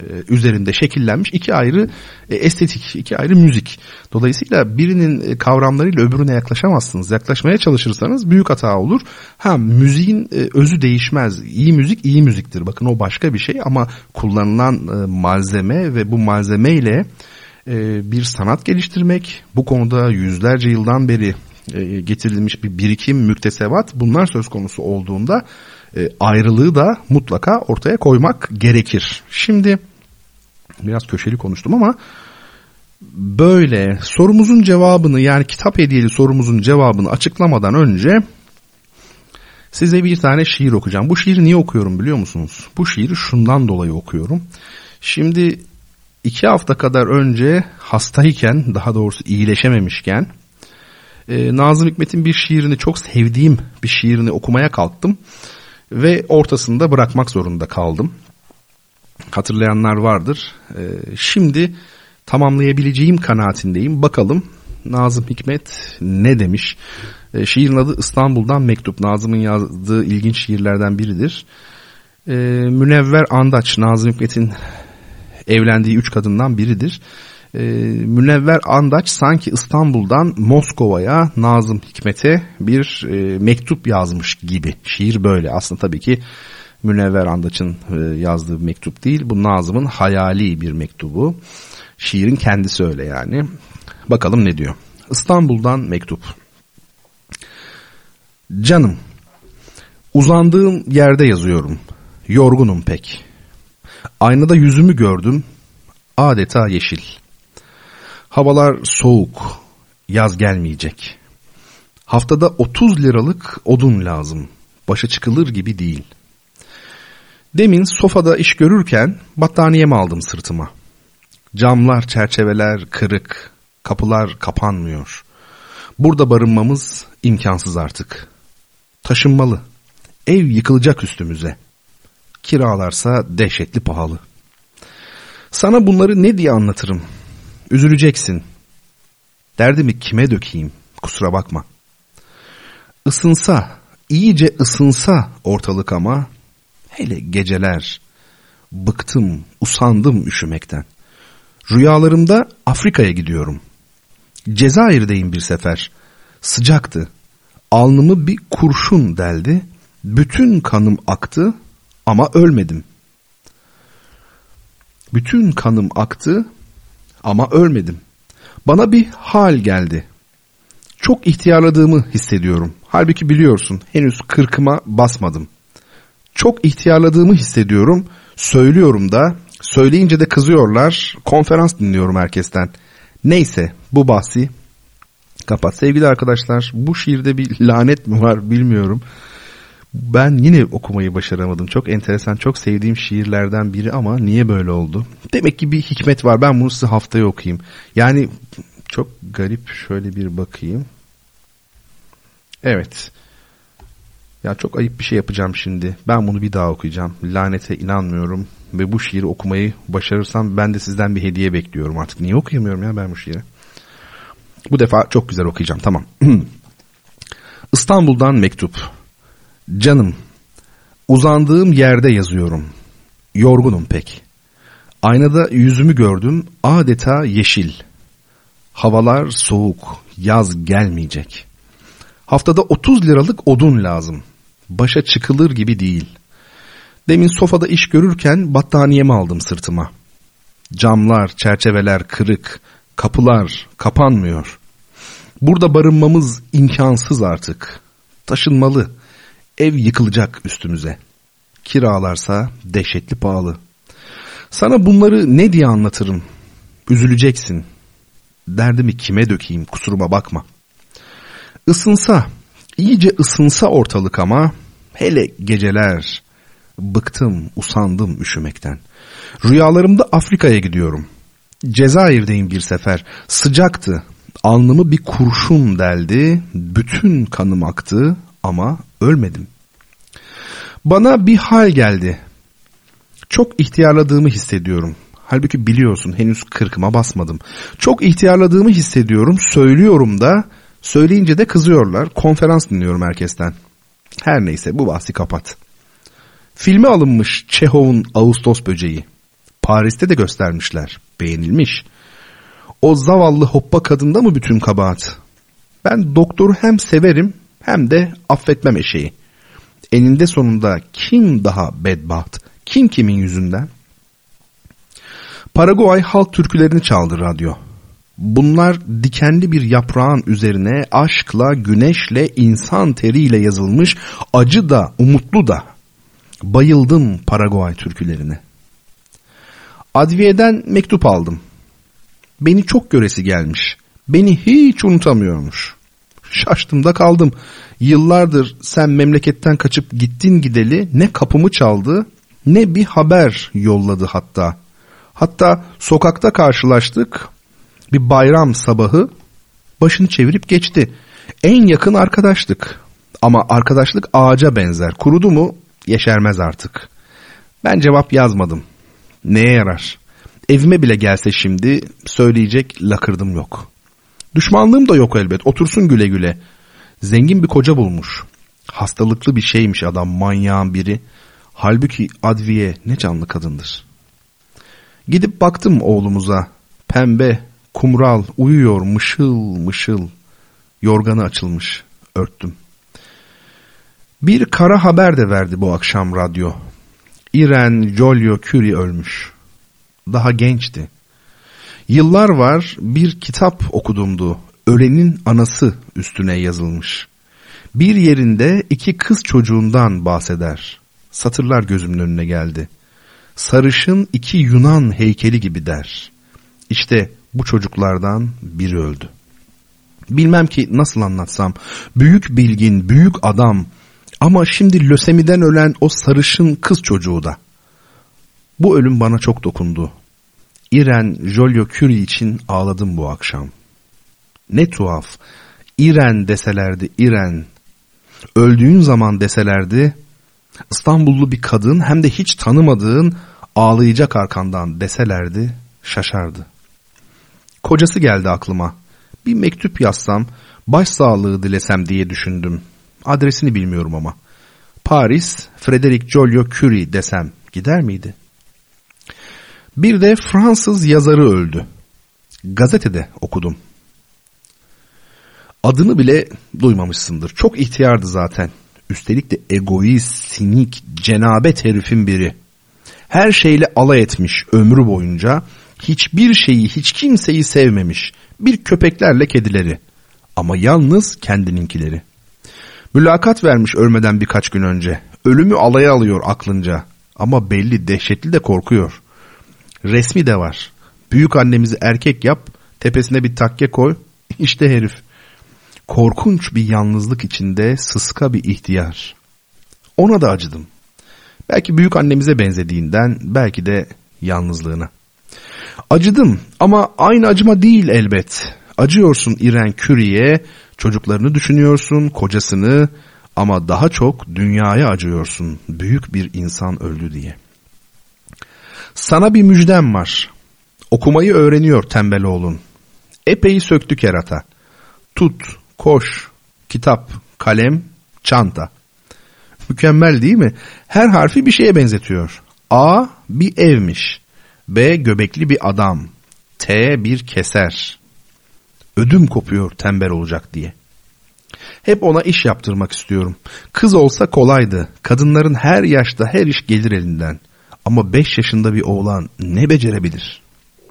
üzerinde şekillenmiş iki ayrı estetik, iki ayrı müzik. Dolayısıyla birinin kavramlarıyla öbürüne yaklaşamazsınız. Yaklaşmaya çalışırsanız büyük hata olur. Müziğin özü değişmez. İyi müzik iyi müziktir. Bakın o başka bir şey ama kullanılan malzeme ve bu malzemeyle bir sanat geliştirmek, bu konuda yüzlerce yıldan beri getirilmiş bir birikim, müktesebat, bunlar söz konusu olduğunda ayrılığı da mutlaka ortaya koymak gerekir. Şimdi biraz köşeli konuştum ama böyle sorumuzun cevabını, yani kitap hediyeli sorumuzun cevabını açıklamadan önce size bir tane şiir okuyacağım. Bu şiiri niye okuyorum biliyor musunuz? Bu şiiri şundan dolayı okuyorum. Şimdi 2 hafta kadar önce hastayken, daha doğrusu iyileşememişken Nazım Hikmet'in bir şiirini, çok sevdiğim bir şiirini okumaya kalktım ve ortasında bırakmak zorunda kaldım. Hatırlayanlar vardır. Şimdi tamamlayabileceğim kanaatindeyim. Bakalım Nazım Hikmet ne demiş? Şiirin adı İstanbul'dan Mektup. Nazım'ın yazdığı ilginç şiirlerden biridir. Münevver Andaç, Nazım Hikmet'in evlendiği 3 kadından biridir. Münevver Andaç sanki İstanbul'dan Moskova'ya Nazım Hikmet'e bir mektup yazmış gibi. Şiir böyle. Aslında tabii ki Münevver Andaç'ın yazdığı bir mektup değil. Bu Nazım'ın hayali bir mektubu. Şiirin kendisi öyle yani. Bakalım ne diyor. İstanbul'dan mektup. Canım, uzandığım yerde yazıyorum. Yorgunum pek. Aynada yüzümü gördüm. Adeta yeşil. Havalar soğuk. Yaz gelmeyecek. Haftada 30 liralık odun lazım. Başa çıkılır gibi değil. Demin sofada iş görürken battaniyemi aldım sırtıma. Camlar, çerçeveler kırık. Kapılar kapanmıyor. Burada barınmamız imkansız artık. Taşınmalı. Ev yıkılacak üstümüze. Kiralarsa dehşetli pahalı. Sana bunları ne diye anlatırım? Üzüleceksin. Derdimi kime dökeyim? Kusura bakma. Isınsa, iyice ısınsa ortalık ama, hele geceler. Bıktım, usandım üşümekten. Rüyalarımda Afrika'ya gidiyorum. Cezayir'deyim bir sefer. Sıcaktı. Alnımı bir kurşun deldi. Bütün kanım aktı ama ölmedim. Bütün kanım aktı ama ölmedim. Bana bir hal geldi. Çok ihtiyarladığımı hissediyorum. Halbuki biliyorsun henüz 40'ıma basmadım. Çok ihtiyarladığımı hissediyorum. Söylüyorum da, söyleyince de kızıyorlar. Konferans dinliyorum herkesten. Neyse, bu bahsi kapat. Sevgili arkadaşlar, bu şiirde bir lanet mi var bilmiyorum. Ben yine okumayı başaramadım. Çok enteresan, çok sevdiğim şiirlerden biri ama niye böyle oldu? Demek ki bir hikmet var. Ben bunu size haftaya okuyayım. Yani çok garip, şöyle bir bakayım. Evet. Ya çok ayıp bir şey yapacağım şimdi. Ben bunu bir daha okuyacağım. Lanete inanmıyorum. Ve bu şiiri okumayı başarırsam ben de sizden bir hediye bekliyorum artık. Niye okuyamıyorum ya ben bu şiiri? Bu defa çok güzel okuyacağım. Tamam. İstanbul'dan mektup. Canım, uzandığım yerde yazıyorum. Yorgunum pek. Aynada yüzümü gördüm, adeta yeşil. Havalar soğuk, yaz gelmeyecek. Haftada 30 liralık odun lazım. Başa çıkılır gibi değil. Demin sofada iş görürken battaniyemi aldım sırtıma. Camlar, çerçeveler kırık, kapılar kapanmıyor. Burada barınmamız imkansız artık. Taşınmalı. Ev yıkılacak üstümüze. Kiralarsa dehşetli pahalı. Sana bunları ne diye anlatırım? Üzüleceksin. Derdimi kime dökeyim? Kusuruma bakma. Isınsa, iyice ısınsa ortalık ama, hele geceler. Bıktım, usandım üşümekten. Rüyalarımda Afrika'ya gidiyorum. Cezayir'deyim bir sefer. Sıcaktı. Alnımı bir kurşun deldi. Bütün kanım aktı ama ölmedim. Bana bir hal geldi. Çok ihtiyarladığımı hissediyorum. Halbuki biliyorsun henüz 40'ıma basmadım. Çok ihtiyarladığımı hissediyorum. Söylüyorum da, söyleyince de kızıyorlar. Konferans dinliyorum herkesten. Her neyse, bu bahsi kapat. Filme alınmış Çehov'un Ağustos Böceği. Paris'te de göstermişler. Beğenilmiş. O zavallı hoppa kadında mı bütün kabahat? Ben doktoru hem severim hem de affetmem eşeği. Eninde sonunda kim daha bedbaht? Kim kimin yüzünden? Paraguay halk türkülerini çaldı radyo. Bunlar dikenli bir yaprağın üzerine aşkla, güneşle, insan teriyle yazılmış, acı da, umutlu da. Bayıldım Paraguay türkülerine. Adviye'den mektup aldım. Beni çok göresi gelmiş. Beni hiç unutamıyormuş. Şaştım da kaldım. Yıllardır sen memleketten kaçıp gittin gideli ne kapımı çaldı ne bir haber yolladı hatta. Hatta sokakta karşılaştık. Bir bayram sabahı başını çevirip geçti. En yakın arkadaştık. Ama arkadaşlık ağaca benzer. Kurudu mu yeşermez artık. Ben cevap yazmadım. Neye yarar? Evime bile gelse şimdi söyleyecek lakırdım yok. Düşmanlığım da yok elbet. Otursun güle güle. Zengin bir koca bulmuş. Hastalıklı bir şeymiş adam, manyağın biri. Halbuki Adviye ne canlı kadındır. Gidip baktım oğlumuza. Pembe, kumral, uyuyor mışıl mışıl. Yorganı açılmış. Örttüm. Bir kara haber de verdi bu akşam radyo. Irene Joliot-Curie ölmüş. Daha gençti. Yıllar var bir kitap okudumdu. Ölenin anası üstüne yazılmış. Bir yerinde 2 kız çocuğundan bahseder. Satırlar gözümün önüne geldi. Sarışın 2 Yunan heykeli gibi der. İşte bu çocuklardan biri öldü. Bilmem ki nasıl anlatsam. Büyük bilgin, büyük adam. Ama şimdi lösemiden ölen o sarışın kız çocuğu da. Bu ölüm bana çok dokundu. Irene Joliot-Curie için ağladım bu akşam. Ne tuhaf. Irene deselerdi, Irene. Öldüğün zaman deselerdi, İstanbullu bir kadın hem de hiç tanımadığın ağlayacak arkandan deselerdi, şaşardı. Kocası geldi aklıma. Bir mektup yazsam, başsağlığı dilesem diye düşündüm. Adresini bilmiyorum ama. Paris, Frederic Joliot-Curie desem gider miydi? Bir de Fransız yazarı öldü. Gazetede okudum. Adını bile duymamışsındır. Çok ihtiyardı zaten. Üstelik de egoist, sinik, cenabet herifin biri. Her şeyle alay etmiş ömrü boyunca. Hiçbir şeyi, hiç kimseyi sevmemiş. Bir köpeklerle kedileri. Ama yalnız kendininkileri. Mülakat vermiş ölmeden birkaç gün önce. Ölümü alaya alıyor aklınca. Ama belli dehşetli de korkuyor. Resmi de var. Büyük annemizi erkek yap, tepesine bir takke koy. İşte herif. Korkunç bir yalnızlık içinde sıska bir ihtiyar. Ona da acıdım. Belki büyük annemize benzediğinden, belki de yalnızlığına. Acıdım ama aynı acıma değil elbet. Acıyorsun Irene Curie'ye, çocuklarını düşünüyorsun, kocasını ama daha çok dünyaya acıyorsun. Büyük bir insan öldü diye. Sana bir müjdem var. Okumayı öğreniyor tembel oğlun. Epey söktü kerata. Tut, koş, kitap, kalem, çanta. Mükemmel değil mi? Her harfi bir şeye benzetiyor. A bir evmiş. B göbekli bir adam. T bir keser. Ödüm kopuyor tembel olacak diye. Hep ona iş yaptırmak istiyorum. Kız olsa kolaydı. Kadınların her yaşta her iş gelir elinden. Ama 5 yaşında bir oğlan ne becerebilir?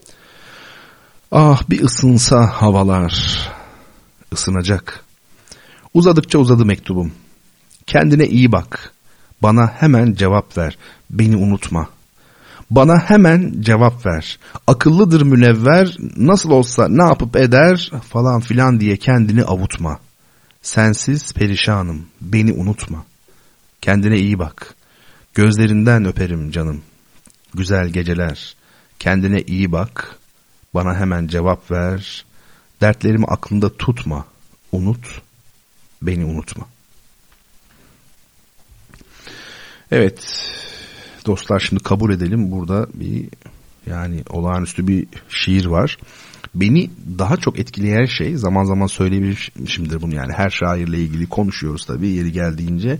Ah bir ısınsa havalar. Isınacak. Uzadıkça uzadı mektubum. Kendine iyi bak. Bana hemen cevap ver. Beni unutma. Bana hemen cevap ver. Akıllıdır münevver. Nasıl olsa ne yapıp eder falan filan diye kendini avutma. Sensiz perişanım. Beni unutma. Kendine iyi bak. Gözlerinden öperim canım. Güzel geceler. Kendine iyi bak. Bana hemen cevap ver. Dertlerimi aklında tutma. Unut. Beni unutma. Evet. Dostlar şimdi kabul edelim. Burada bir yani olağanüstü bir şiir var. Beni daha çok etkileyen şey zaman zaman söyleyebilmişimdir bunu yani. Her şairle ilgili konuşuyoruz tabii yeri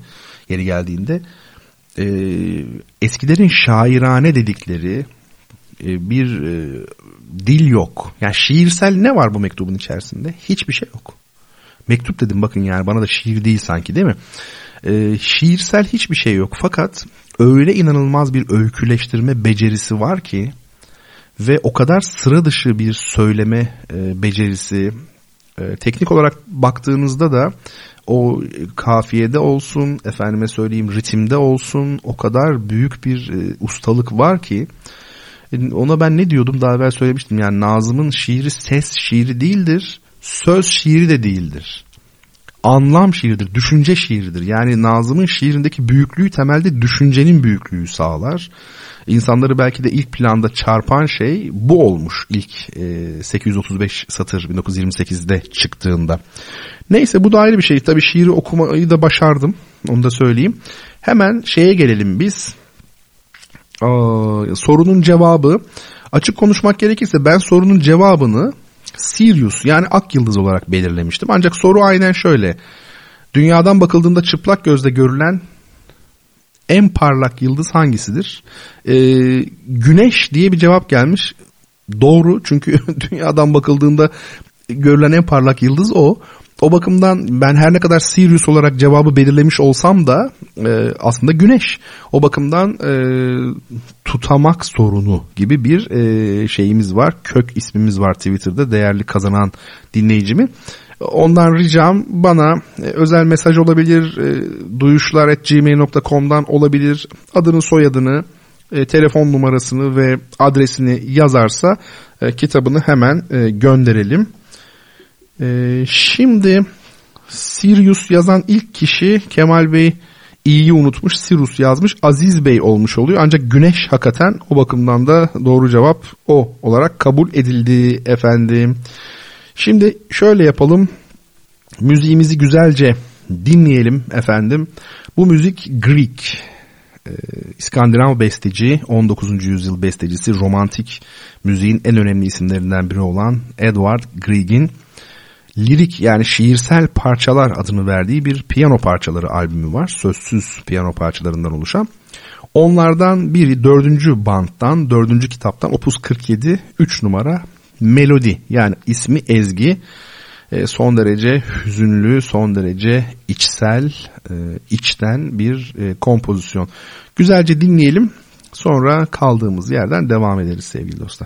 geldiğinde. Eskilerin şairane dedikleri bir dil yok. Yani şiirsel ne var bu mektubun içerisinde? Hiçbir şey yok. Mektup dedim bakın, yani bana da şiir değil sanki, değil mi? Şiirsel hiçbir şey yok. Fakat öyle inanılmaz bir öyküleştirme becerisi var ki ve o kadar sıra dışı bir söyleme becerisi. Teknik olarak baktığınızda da o kafiyede olsun, efendime söyleyeyim ritimde olsun, o kadar büyük bir ustalık var ki ona ben ne diyordum daha evvel söylemiştim. Yani Nazım'ın şiiri ses şiiri değildir, söz şiiri de değildir. Anlam şiiridir, düşünce şiiridir. Yani Nazım'ın şiirindeki büyüklüğü temelde düşüncenin büyüklüğü sağlar. İnsanları belki de ilk planda çarpan şey bu olmuş ilk 835 satır 1928'de çıktığında. Neyse, bu da ayrı bir şey. Tabii şiiri okumayı da başardım, onu da söyleyeyim. Hemen şeye gelelim biz. Sorunun cevabı, açık konuşmak gerekirse ben sorunun cevabını Sirius yani Ak Yıldız olarak belirlemiştim. Ancak soru aynen şöyle: dünyadan bakıldığında çıplak gözle görülen en parlak yıldız hangisidir? Güneş diye bir cevap gelmiş. Doğru, çünkü dünyadan bakıldığında görülen en parlak yıldız o. O bakımdan ben her ne kadar Sirius olarak cevabı belirlemiş olsam da aslında Güneş. O bakımdan tutamak sorunu gibi bir şeyimiz var. Kök ismimiz var Twitter'da, değerli kazanan dinleyicimi. Ondan ricam bana özel mesaj olabilir, duyuşlar@gmail.com'dan olabilir. Adını, soyadını, telefon numarasını ve adresini yazarsa kitabını hemen gönderelim. Şimdi Sirius yazan ilk kişi Kemal Bey i'yi unutmuş, Sirius yazmış, Aziz Bey olmuş oluyor. Ancak Güneş hakikaten, o bakımdan da doğru cevap o olarak kabul edildi efendim. Şimdi şöyle yapalım. Müziğimizi güzelce dinleyelim efendim. Bu müzik Grieg, İskandinav besteci, 19. yüzyıl bestecisi, romantik müziğin en önemli isimlerinden biri olan Edvard Grieg'in lirik yani şiirsel parçalar adını verdiği bir piyano parçaları albümü var. Sözsüz piyano parçalarından oluşan. Onlardan biri 4. banttan, 4. kitaptan Opus 47 3 numara Melodi, yani ismi Ezgi. Son derece hüzünlü, son derece içsel, içten bir kompozisyon. Güzelce dinleyelim, sonra kaldığımız yerden devam ederiz sevgili dostlar.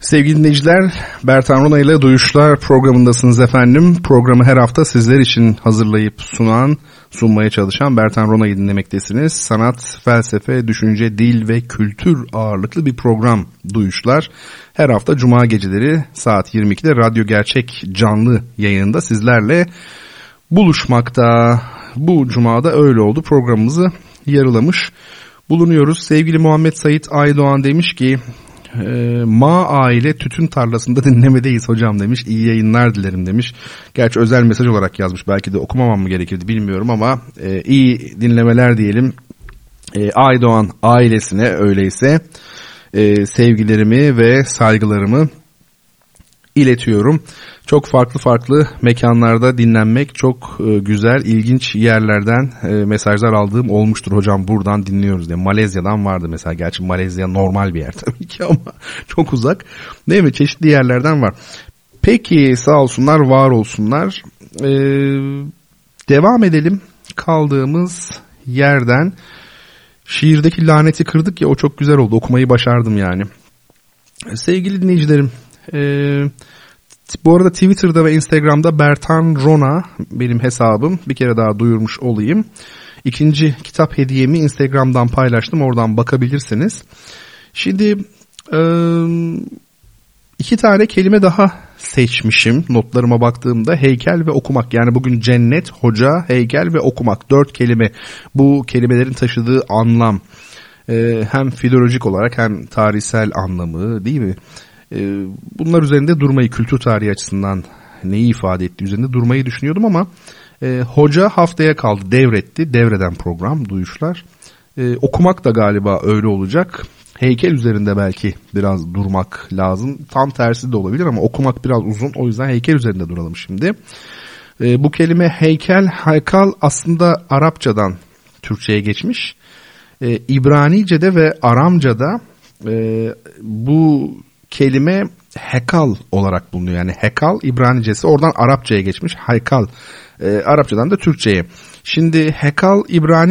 Sevgili dinleyiciler, Bertan Rona ile Duyuşlar programındasınız efendim. Programı her hafta sizler için hazırlayıp sunmaya çalışan Bertan Rona'yı dinlemektesiniz. Sanat, felsefe, düşünce, dil ve kültür ağırlıklı bir program Duyuşlar. Her hafta Cuma geceleri saat 22'de Radyo Gerçek canlı yayında sizlerle buluşmakta. Bu Cuma'da öyle oldu. Programımızı yarılamış bulunuyoruz. Sevgili Muhammed Sait Aydoğan demiş ki, Ma aile tütün tarlasında dinlemedeyiz hocam demiş. İyi yayınlar dilerim demiş. Gerçi özel mesaj olarak yazmış. Belki de okumamam mı gerekirdi bilmiyorum ama iyi dinlemeler diyelim. Aydoğan ailesine öyleyse sevgilerimi ve saygılarımı iletiyorum. Çok farklı mekanlarda dinlenmek, çok güzel, ilginç yerlerden mesajlar aldığım olmuştur hocam, buradan dinliyoruz diye. Malezya'dan vardı mesela. Gerçi Malezya normal bir yer tabii ki ama çok uzak. Değil mi? Çeşitli yerlerden var. Peki, sağ olsunlar, var olsunlar. Devam edelim kaldığımız yerden. Şiirdeki laneti kırdık ya, o çok güzel oldu. Okumayı başardım yani. Sevgili dinleyicilerim, bu arada Twitter'da ve Instagram'da Bertan Rona benim hesabım. Bir kere daha duyurmuş olayım. 2. kitap hediyemi Instagram'dan paylaştım. Oradan bakabilirsiniz. Şimdi 2 tane kelime daha seçmişim. Notlarıma baktığımda heykel ve okumak. Yani bugün cennet, hoca, heykel ve okumak. 4 kelime. Bu kelimelerin taşıdığı anlam. Hem filolojik olarak hem tarihsel anlamı, değil mi? Bunlar üzerinde durmayı, kültür tarihi açısından neyi ifade ettiği üzerinde durmayı düşünüyordum ama hoca haftaya kaldı, devretti. Devreden program Duyuşlar. Okumak da galiba öyle olacak. Heykel üzerinde belki biraz durmak lazım. Tam tersi de olabilir ama okumak biraz uzun. O yüzden heykel üzerinde duralım şimdi. Bu kelime heykel, haykal aslında Arapçadan Türkçe'ye geçmiş. İbranice'de ve Aramca'da bu kelime hekal olarak bulunuyor. Yani hekal İbranicesi oradan Arapçaya geçmiş. Haykal Arapçadan da Türkçeye. Şimdi hekal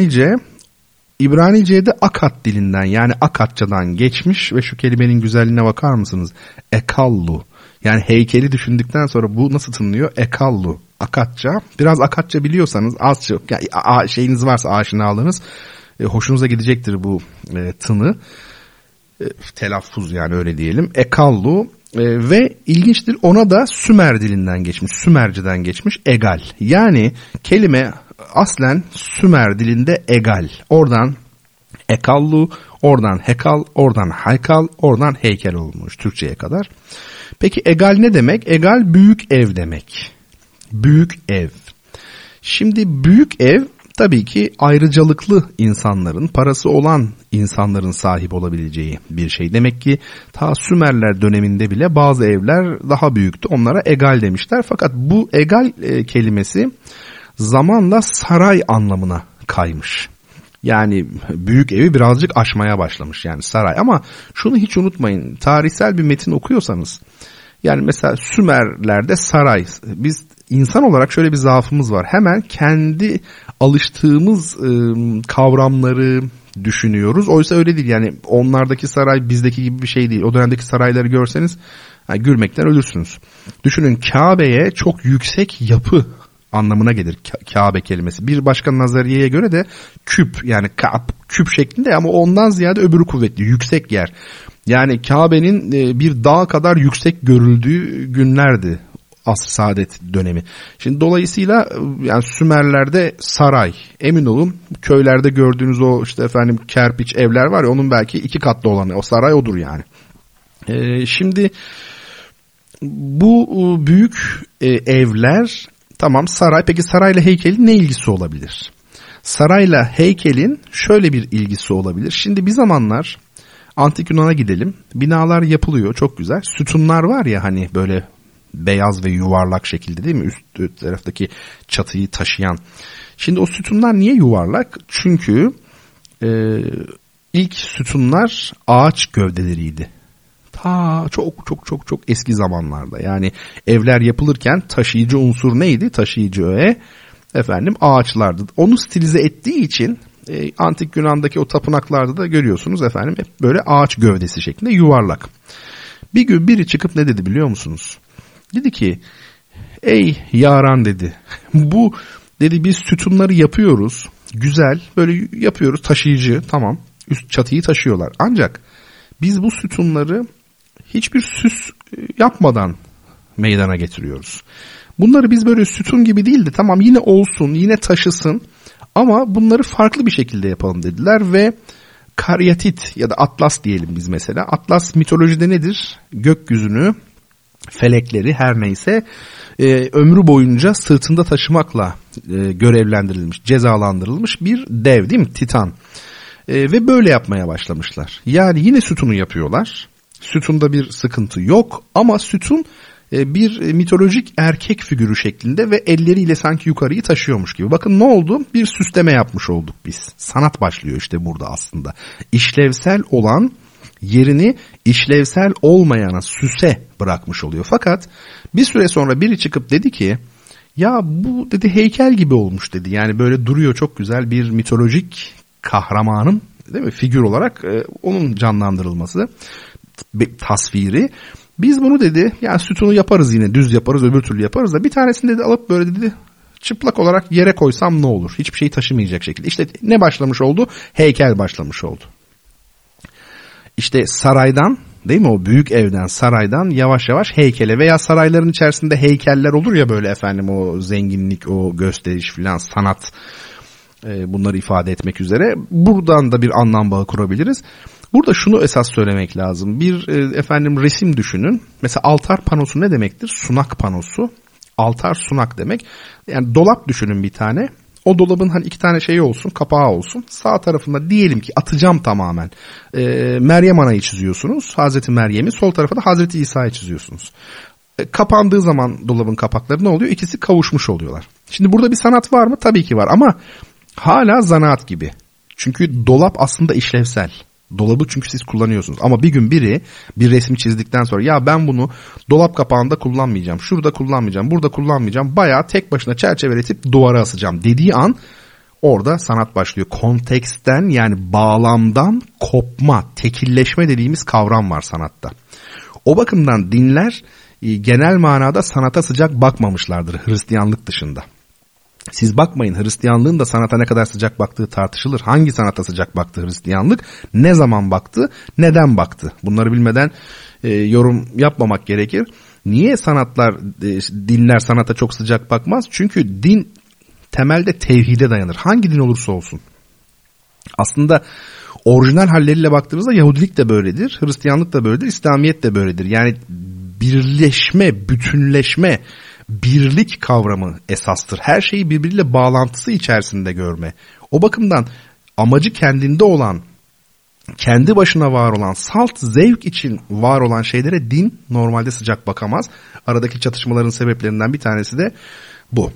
İbranice'ye de Akat dilinden, yani Akatçadan geçmiş ve şu kelimenin güzelliğine bakar mısınız? Ekallu. Yani heykeli düşündükten sonra bu nasıl tınlıyor? Ekallu. Akatça. Biraz Akatça biliyorsanız, az çok yani şeyiniz varsa, aşinalığınız, hoşunuza gidecektir bu tını. Telaffuz, yani öyle diyelim. Ekallu ve ilginçtir, ona da Sümer dilinden geçmiş. Sümerceden geçmiş. Egal. Yani kelime aslen Sümer dilinde egal. Oradan ekallu, oradan hekal, oradan haykal, oradan heykel olmuş Türkçe'ye kadar. Peki egal ne demek? Egal büyük ev demek. Büyük ev. Şimdi büyük ev tabii ki ayrıcalıklı insanların, parası olan insanların sahip olabileceği bir şey. Demek ki ta Sümerler döneminde bile bazı evler daha büyüktü. Onlara egal demişler. Fakat bu egal kelimesi zamanla saray anlamına kaymış. Yani büyük evi birazcık aşmaya başlamış, yani saray. Ama şunu hiç unutmayın, tarihsel bir metin okuyorsanız, yani mesela Sümerler'de saray, biz insan olarak şöyle bir zaafımız var. Hemen kendi alıştığımız kavramları düşünüyoruz. Oysa öyle değil. Yani onlardaki saray bizdeki gibi bir şey değil. O dönemdeki sarayları görseniz gülmekten ölürsünüz. Düşünün, Kabe'ye çok yüksek yapı anlamına gelir Kabe kelimesi. Bir başka nazariyeye göre de küp, yani küp şeklinde, ama ondan ziyade öbürü kuvvetli, yüksek yer. Yani Kabe'nin bir dağ kadar yüksek görüldüğü günlerdi Asr-ı Saadet dönemi. Şimdi dolayısıyla yani Sümerler'de saray, emin olun köylerde gördüğünüz o işte efendim kerpiç evler var ya, onun belki 2 katlı olanı, o saray odur yani. Şimdi bu büyük evler, tamam, saray. Peki sarayla heykelin ne ilgisi olabilir? Sarayla heykelin şöyle bir ilgisi olabilir. Şimdi bir zamanlar Antik Yunan'a gidelim. Binalar yapılıyor, çok güzel. Sütunlar var ya hani, böyle beyaz ve yuvarlak şekilde, değil mi? Üst taraftaki çatıyı taşıyan. Şimdi o sütunlar niye yuvarlak? Çünkü ilk sütunlar ağaç gövdeleriydi. Ta çok eski zamanlarda. Yani evler yapılırken taşıyıcı unsur neydi? Taşıyıcı öğe ağaçlardı. Onu stilize ettiği için Antik Yunan'daki o tapınaklarda da görüyorsunuz hep böyle ağaç gövdesi şeklinde yuvarlak. Bir gün biri çıkıp ne dedi biliyor musunuz? Dedi ki ey yaran dedi. Bu dedi biz sütunları yapıyoruz. Güzel böyle yapıyoruz, taşıyıcı, tamam, üst çatıyı taşıyorlar. Ancak biz bu sütunları hiçbir süs yapmadan meydana getiriyoruz. Bunları biz böyle sütun gibi değil de tamam yine olsun, yine taşısın ama bunları farklı bir şekilde yapalım dediler ve karyatit ya da atlas diyelim biz mesela. Atlas mitolojide nedir? Gökyüzünü, felekleri her neyse ömrü boyunca sırtında taşımakla görevlendirilmiş, cezalandırılmış bir dev değil mi? Titan. Ve böyle yapmaya başlamışlar. Yani yine sütunu yapıyorlar. Sütunda bir sıkıntı yok ama sütun bir mitolojik erkek figürü şeklinde ve elleriyle sanki yukarıyı taşıyormuş gibi. Bakın ne oldu? Bir süsleme yapmış olduk biz. Sanat başlıyor işte burada aslında. İşlevsel olan yerini işlevsel olmayana, süse bırakmış oluyor. Fakat bir süre sonra biri çıkıp dedi ki ya bu dedi heykel gibi olmuş dedi. Yani böyle duruyor çok güzel bir mitolojik kahramanın değil mi figür olarak onun canlandırılması, tasviri. Biz bunu dedi yani sütunu yaparız yine düz yaparız öbür türlü yaparız da bir tanesini dedi alıp böyle dedi çıplak olarak yere koysam ne olur? Hiçbir şey taşımayacak şekilde. İşte ne başlamış oldu? Heykel başlamış oldu. İşte saraydan değil mi o büyük evden saraydan yavaş yavaş heykele veya sarayların içerisinde heykeller olur ya böyle efendim o zenginlik o gösteriş filan sanat bunları ifade etmek üzere buradan da bir anlam bağı kurabiliriz. Burada şunu esas söylemek lazım. Bir resim düşünün. Mesela altar panosu ne demektir? Sunak panosu. Altar sunak demek. Yani dolap düşünün bir tane. O dolabın hani 2 tane şeyi olsun, kapağı olsun. Sağ tarafında diyelim ki atacağım tamamen. Meryem Ana'yı çiziyorsunuz. Hazreti Meryem'i. Sol tarafa da Hazreti İsa'yı çiziyorsunuz. Kapandığı zaman dolabın kapakları ne oluyor? İkisi kavuşmuş oluyorlar. Şimdi burada bir sanat var mı? Tabii ki var ama hala zanaat gibi. Çünkü dolap aslında işlevsel. Dolabı çünkü siz kullanıyorsunuz. Ama bir gün biri bir resmi çizdikten sonra ya ben bunu dolap kapağında kullanmayacağım. Şurada kullanmayacağım. Burada kullanmayacağım. Bayağı tek başına çerçeveletip duvara asacağım dediği an orada sanat başlıyor. Konteksten yani bağlamdan kopma, tekilleşme dediğimiz kavram var sanatta. O bakımdan dinler genel manada sanata sıcak bakmamışlardır Hristiyanlık dışında. Siz bakmayın Hristiyanlığın da sanata ne kadar sıcak baktığı tartışılır. Hangi sanata sıcak baktı Hristiyanlık? Ne zaman baktı? Neden baktı? Bunları bilmeden yorum yapmamak gerekir. Niye dinler sanata çok sıcak bakmaz? Çünkü din temelde tevhide dayanır. Hangi din olursa olsun. Aslında orijinal halleriyle baktığımızda Yahudilik de böyledir. Hristiyanlık da böyledir. İslamiyet de böyledir. Yani birleşme, bütünleşme, birlik kavramı esastır. Her şeyi birbiriyle bağlantısı içerisinde görme. O bakımdan amacı kendinde olan, kendi başına var olan, salt zevk için var olan şeylere din normalde sıcak bakamaz. Aradaki çatışmaların sebeplerinden bir tanesi de bu.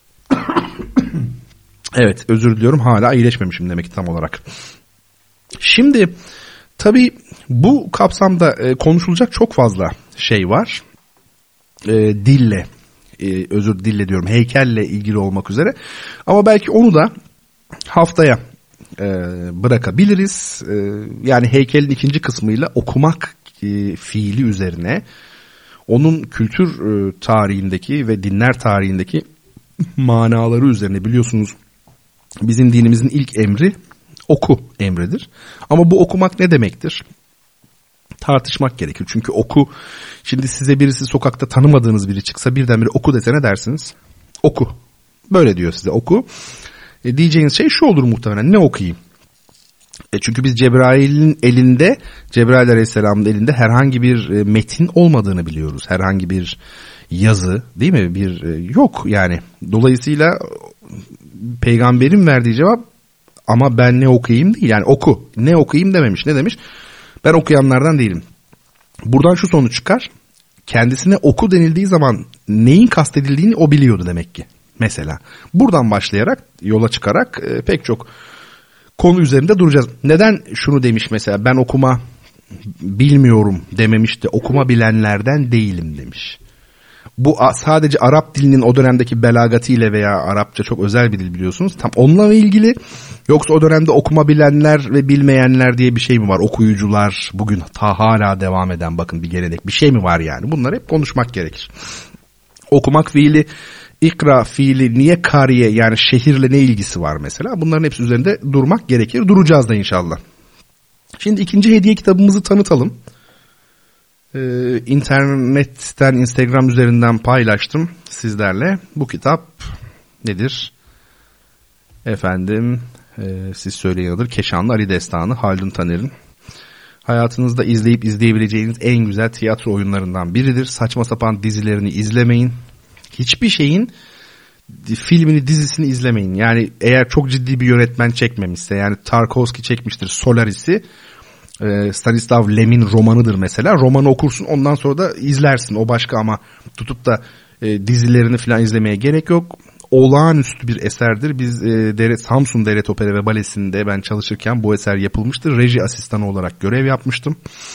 Evet, özür diliyorum, hala iyileşmemişim demek ki tam olarak. Şimdi tabii bu kapsamda konuşulacak çok fazla şey var. Dille diyorum heykelle ilgili olmak üzere ama belki onu da haftaya bırakabiliriz. Yani heykelin ikinci kısmıyla okumak fiili üzerine onun kültür tarihindeki ve dinler tarihindeki manaları üzerine biliyorsunuz bizim dinimizin ilk emri oku emridir. Ama bu okumak ne demektir? Tartışmak gerekir. Çünkü oku, şimdi size birisi sokakta tanımadığınız biri çıksa birdenbire oku dese ne dersiniz? Oku. Böyle diyor size oku. Diyeceğiniz şey şu olur muhtemelen, ne okuyayım? Çünkü biz Cebrail Aleyhisselam'ın elinde herhangi bir metin olmadığını biliyoruz. Herhangi bir yazı değil mi? Yok yani. Dolayısıyla peygamberin verdiği cevap ama ben ne okuyayım değil. Yani oku. Ne okuyayım dememiş. Ne demiş? Ben okuyanlardan değilim. Buradan şu sonuç çıkar. Kendisine oku denildiği zaman neyin kastedildiğini o biliyordu demek ki. Mesela buradan başlayarak yola çıkarak pek çok konu üzerinde duracağız. Neden şunu demiş mesela, ben okuma bilmiyorum dememiş de okuma bilenlerden değilim demiş. bu sadece Arap dilinin o dönemdeki belagatıyla veya Arapça çok özel bir dil biliyorsunuz. Tam onunla mı ilgili, yoksa o dönemde okuma bilenler ve bilmeyenler diye bir şey mi var? Okuyucular, bugün hala devam eden bakın bir gelenek bir şey mi var yani? Bunları hep konuşmak gerekir. Okumak fiili, ikra fiili, niye kariye yani şehirle ne ilgisi var mesela? Bunların hepsi üzerinde durmak gerekir. Duracağız da inşallah. Şimdi ikinci hediye kitabımızı tanıtalım. İnternetten, Instagram üzerinden paylaştım sizlerle. Bu kitap nedir? Efendim, siz söyleyin adır. Keşanlı Ali Destanı, Haldun Taner'in. Hayatınızda izleyip izleyebileceğiniz en güzel tiyatro oyunlarından biridir. Saçma sapan dizilerini izlemeyin. Hiçbir şeyin filmini, dizisini izlemeyin. Yani eğer çok ciddi bir yönetmen çekmemişse, yani Tarkovski çekmiştir Solaris'i. Stanislav Lem'in romanıdır mesela. Romanı okursun, ondan sonra da izlersin. O başka, ama tutup da dizilerini falan izlemeye gerek yok. Olağanüstü bir eserdir. Biz Samsun Devlet Opera ve Balesi'nde ben çalışırken bu eser yapılmıştır. Reji asistanı olarak görev yapmıştım.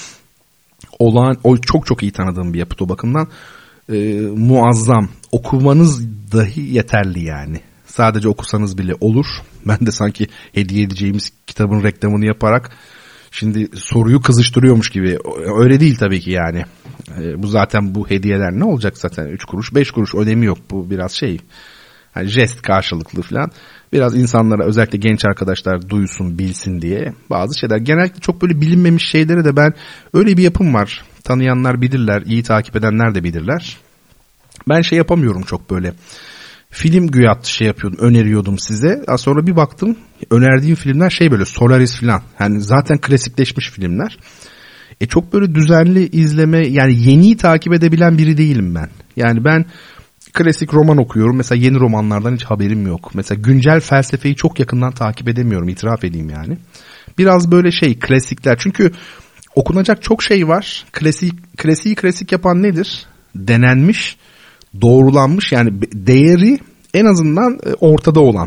O çok çok iyi tanıdığım bir yapıt o bakımdan. Muazzam. Okumanız dahi yeterli yani. Sadece okusanız bile olur. Ben de sanki hediye edeceğimiz kitabın reklamını yaparak şimdi soruyu kızıştırıyormuş gibi. Öyle değil tabii ki yani. Bu zaten bu hediyeler ne olacak zaten? 3 kuruş 5 kuruş önemi yok. Bu biraz şey, hani jest karşılıklı falan. Biraz insanlara, özellikle genç arkadaşlar duysun, bilsin diye bazı şeyler. Genellikle çok böyle bilinmemiş şeyleri de ben, öyle bir yapım var. Tanıyanlar bilirler, iyi takip edenler de bilirler. Ben şey yapamıyorum çok böyle. Film güya öneriyordum size. Sonra bir baktım, önerdiğim filmler şey böyle Solaris falan. Yani zaten klasikleşmiş filmler. Çok böyle düzenli izleme, yani yeniyi takip edebilen biri değilim ben. Yani ben klasik roman okuyorum. Mesela yeni romanlardan hiç haberim yok. Mesela güncel felsefeyi çok yakından takip edemiyorum, itiraf edeyim yani. Biraz böyle klasikler. Çünkü okunacak çok şey var. Klasiği klasik yapan nedir? Denenmiş, doğrulanmış, yani değeri en azından ortada olan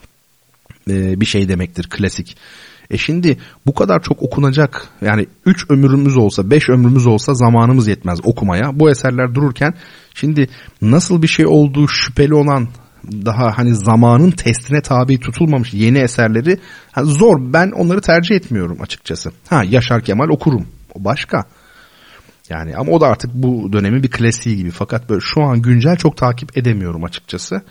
bir şey demektir klasik. Şimdi bu kadar çok okunacak, yani 3 ömrümüz olsa, 5 ömrümüz olsa zamanımız yetmez okumaya. Bu eserler dururken şimdi nasıl bir şey olduğu şüpheli olan, daha hani zamanın testine tabi tutulmamış yeni eserleri zor. Ben onları tercih etmiyorum açıkçası. Yaşar Kemal okurum. O başka. Yani ama o da artık bu dönemin bir klasiği gibi. Fakat böyle şu an güncel çok takip edemiyorum açıkçası.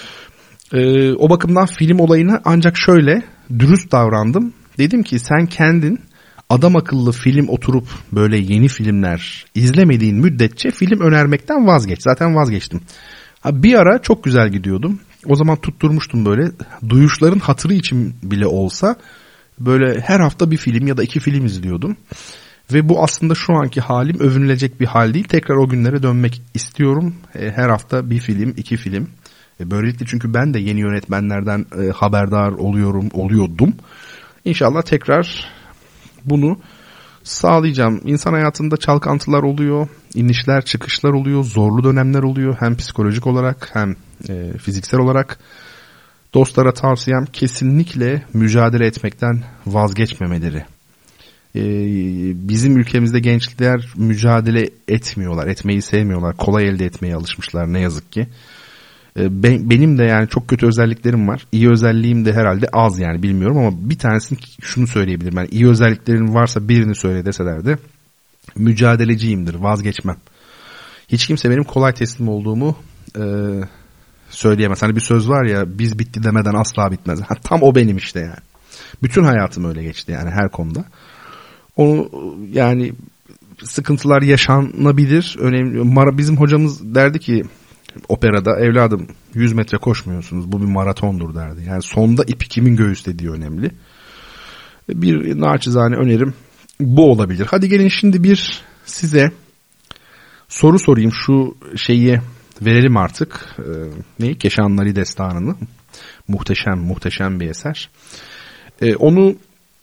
O bakımdan film olayına ancak şöyle dürüst davrandım. Dedim ki sen kendin adam akıllı film oturup böyle yeni filmler izlemediğin müddetçe film önermekten vazgeç. Zaten vazgeçtim. Bir ara çok güzel gidiyordum. O zaman tutturmuştum böyle. Duyuşların hatırı için bile olsa böyle her hafta bir film ya da 2 film izliyordum. Ve bu aslında şu anki halim övünülecek bir hal değil. Tekrar o günlere dönmek istiyorum. Her hafta bir film, 2 film. Böylelikle, çünkü ben de yeni yönetmenlerden haberdar oluyordum. İnşallah tekrar bunu sağlayacağım. İnsan hayatında çalkantılar oluyor, inişler çıkışlar oluyor, zorlu dönemler oluyor. Hem psikolojik olarak hem fiziksel olarak. Dostlara tavsiyem kesinlikle mücadele etmekten vazgeçmemeleri. Bizim ülkemizde gençler mücadele etmiyorlar, etmeyi sevmiyorlar, kolay elde etmeye alışmışlar ne yazık ki. Benim de yani çok kötü özelliklerim var. İyi özelliğim de herhalde az, yani bilmiyorum, ama bir tanesini şunu söyleyebilirim. Yani iyi özelliklerin varsa birini söyle deseler de mücadeleciyimdir, vazgeçmem. Hiç kimse benim kolay teslim olduğumu söyleyemez. Hani bir söz var ya, biz bitti demeden asla bitmez. Tam o benim işte yani. Bütün hayatım öyle geçti yani her konuda. O yani sıkıntılar yaşanabilir. Önemli. Bizim hocamız derdi ki operada, evladım 100 metre koşmuyorsunuz, bu bir maratondur derdi. Yani sonda ipi kimin göğüslediği önemli. Bir naçizane önerim bu olabilir. Hadi gelin şimdi bir size soru sorayım. Şu şeyi verelim artık. Keşanlı Ali Destanı'nı. Muhteşem bir eser. Onu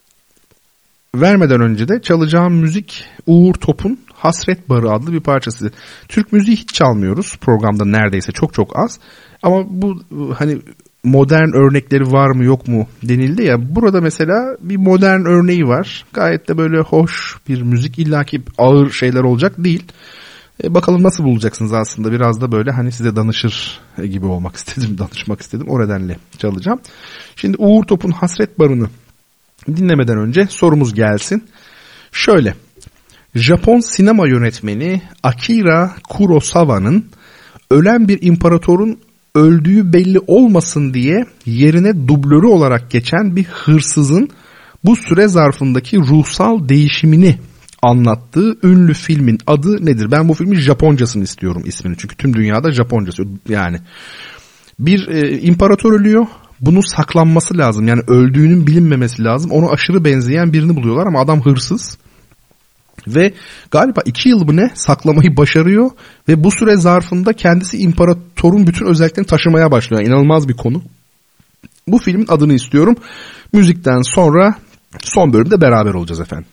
vermeden önce de çalacağım müzik Uğur Top'un Hasret Barı adlı bir parçası. Türk müziği hiç çalmıyoruz programda, neredeyse çok az. Ama bu hani modern örnekleri var mı yok mu denildi ya. Burada mesela bir modern örneği var. Gayet de böyle hoş bir müzik, illaki ağır şeyler olacak değil. Bakalım nasıl bulacaksınız aslında. Biraz da böyle hani size danışır gibi olmak istedim, danışmak istedim. O nedenle çalacağım. Şimdi Uğur Top'un Hasret Barı'nı dinlemeden önce sorumuz gelsin. Şöyle. Japon sinema yönetmeni Akira Kurosawa'nın ölen bir imparatorun öldüğü belli olmasın diye yerine dublörü olarak geçen bir hırsızın bu süre zarfındaki ruhsal değişimini anlattığı ünlü filmin adı nedir? Ben bu filmin Japoncasını istiyorum ismini. Çünkü tüm dünyada Japoncası. Yani bir imparator ölüyor. Bunun saklanması lazım. Yani öldüğünün bilinmemesi lazım. Ona aşırı benzeyen birini buluyorlar ama adam hırsız. Ve galiba 2 yıl mı ne saklamayı başarıyor. Ve bu süre zarfında kendisi imparatorun bütün özelliklerini taşımaya başlıyor. Yani İnanılmaz bir konu. Bu filmin adını istiyorum. Müzikten sonra son bölümde beraber olacağız efendim.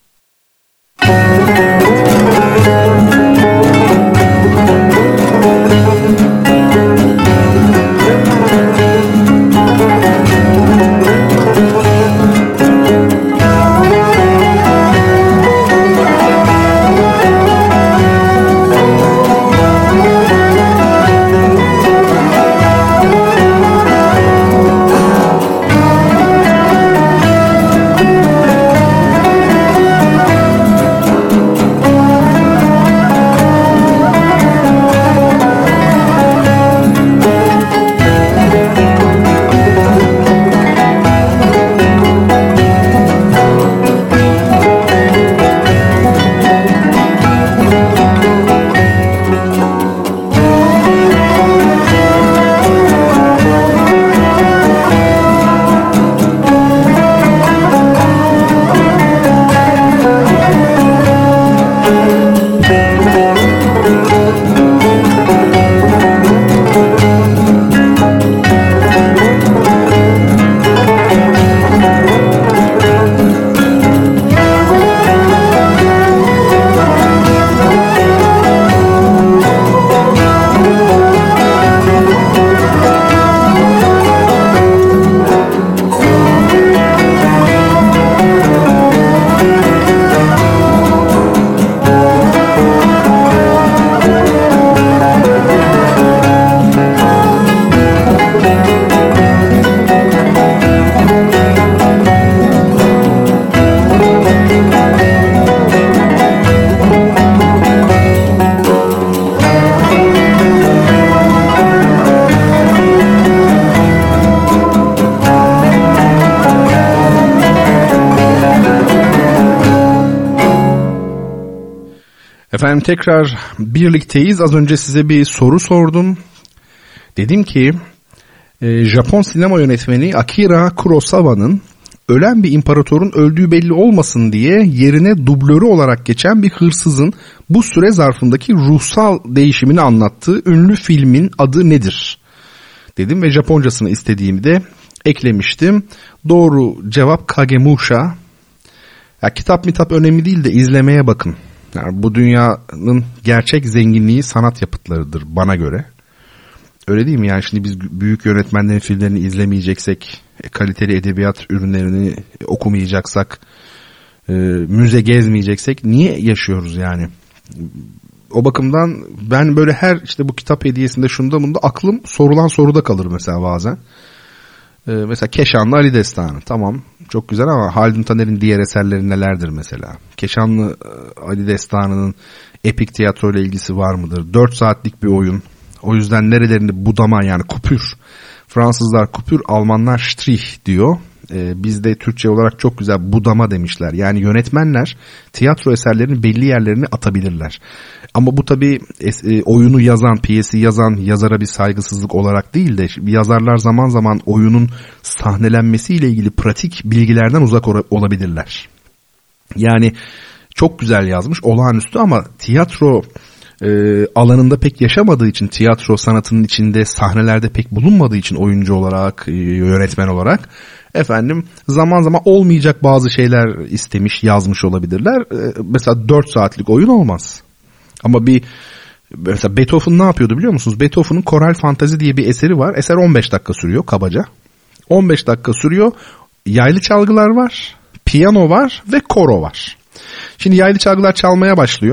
Efendim tekrar birlikteyiz. Az önce size bir soru sordum. Dedim ki Japon sinema yönetmeni Akira Kurosawa'nın ölen bir imparatorun öldüğü belli olmasın diye yerine dublörü olarak geçen bir hırsızın bu süre zarfındaki ruhsal değişimini anlattığı ünlü filmin adı nedir? Dedim ve Japoncasını istediğimi de eklemiştim. Doğru cevap Kagemusha. Ya, kitap önemli değil de izlemeye bakın. Yani bu dünyanın gerçek zenginliği sanat yapıtlarıdır bana göre. Öyle değil mi? Yani şimdi biz büyük yönetmenlerin filmlerini izlemeyeceksek, kaliteli edebiyat ürünlerini okumayacaksak, müze gezmeyeceksek niye yaşıyoruz yani? O bakımdan ben böyle her işte bu kitap hediyesinde şunda bunda aklım sorulan soruda kalır mesela bazen. Mesela Keşanlı Ali Destanı. Tamam çok güzel ama Haldun Taner'in diğer eserleri nelerdir mesela? Keşanlı Ali Destanı'nın epik tiyatro ile ilgisi var mıdır? 4 saatlik bir oyun. O yüzden nerelerinde budama yani kupür. Fransızlar kupür, Almanlar Strich diyor. Bizde Türkçe olarak çok güzel budama demişler. Yani yönetmenler tiyatro eserlerinin belli yerlerine atabilirler. Ama bu tabii oyunu yazan, piyesi yazan yazara bir saygısızlık olarak değil de yazarlar zaman zaman oyunun sahnelenmesiyle ilgili pratik bilgilerden uzak olabilirler. Yani çok güzel yazmış, olağanüstü ama tiyatro alanında pek yaşamadığı için, tiyatro sanatının içinde sahnelerde pek bulunmadığı için oyuncu olarak, yönetmen olarak efendim zaman zaman olmayacak bazı şeyler istemiş, yazmış olabilirler. Mesela 4 saatlik oyun olmaz. Ama mesela Beethoven ne yapıyordu biliyor musunuz? Beethoven'ın Koral Fantazi diye bir eseri var. Eser 15 dakika sürüyor kabaca. 15 dakika sürüyor. Yaylı çalgılar var, piyano var ve koro var. Şimdi yaylı çalgılar çalmaya başlıyor.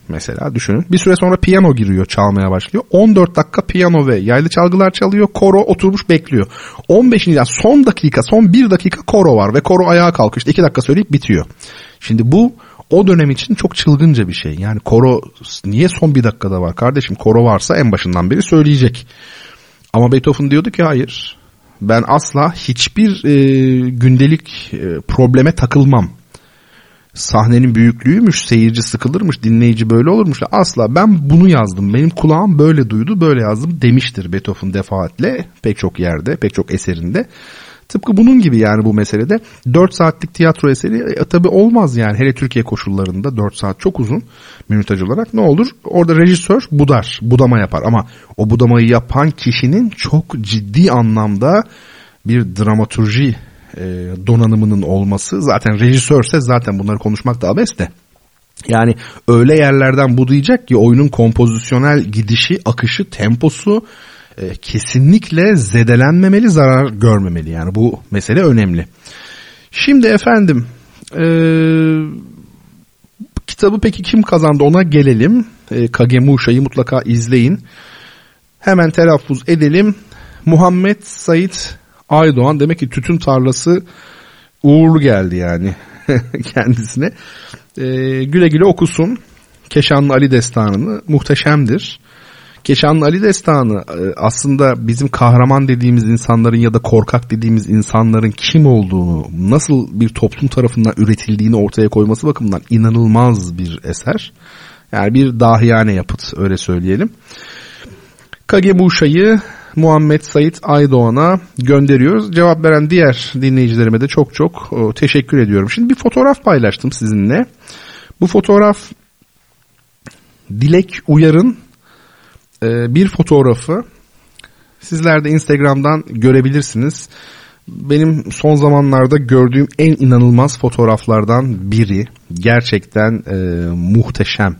Mesela düşünün. Bir süre sonra piyano giriyor, çalmaya başlıyor. 14 dakika piyano ve yaylı çalgılar çalıyor. Koro oturmuş bekliyor. 15. yani son 1 dakika koro var ve koro ayağa kalkıyor. İşte 2 dakika söyleyip bitiyor. Şimdi bu o dönem için çok çılgınca bir şey. Yani koro niye son 1 dakikada var kardeşim? Koro varsa en başından beri söyleyecek. Ama Beethoven diyordu ki hayır. Ben asla hiçbir gündelik probleme takılmam. Sahnenin büyüklüğüymüş, seyirci sıkılırmış, dinleyici böyle olurmuş. Asla ben bunu yazdım, benim kulağım böyle duydu, böyle yazdım demiştir Beethoven defaatle pek çok yerde, pek çok eserinde. Tıpkı bunun gibi yani bu meselede 4 saatlik tiyatro eseri tabii olmaz yani. Hele Türkiye koşullarında 4 saat çok uzun minütaj olarak. Ne olur? Orada rejisör budama yapar. Ama o budamayı yapan kişinin çok ciddi anlamda bir dramaturji donanımının olması. Zaten rejisörse zaten bunları konuşmak da abes de. Yani öyle yerlerden budayacak ki oyunun kompozisyonel gidişi, akışı, temposu kesinlikle zedelenmemeli, zarar görmemeli. Yani bu mesele önemli. Şimdi efendim kitabı peki kim kazandı ona gelelim. Kagemusha'yı mutlaka izleyin. Hemen telaffuz edelim. Muhammed Said Aydoğan, demek ki tütün tarlası uğurlu geldi yani kendisine. Güle güle okusun. Keşanlı Ali Destanı'nı, muhteşemdir. Keşanlı Ali Destanı aslında bizim kahraman dediğimiz insanların ya da korkak dediğimiz insanların kim olduğunu, nasıl bir toplum tarafından üretildiğini ortaya koyması bakımından inanılmaz bir eser. Yani bir dahiyane yapıt, öyle söyleyelim. Kagemusha'yı Muhammed Said Aydoğan'a gönderiyoruz. Cevap veren diğer dinleyicilerime de çok çok teşekkür ediyorum. Şimdi bir fotoğraf paylaştım sizinle. Bu fotoğraf Dilek Uyar'ın bir fotoğrafı. Sizler de Instagram'dan görebilirsiniz. Benim son zamanlarda gördüğüm en inanılmaz fotoğraflardan biri. Gerçekten muhteşem.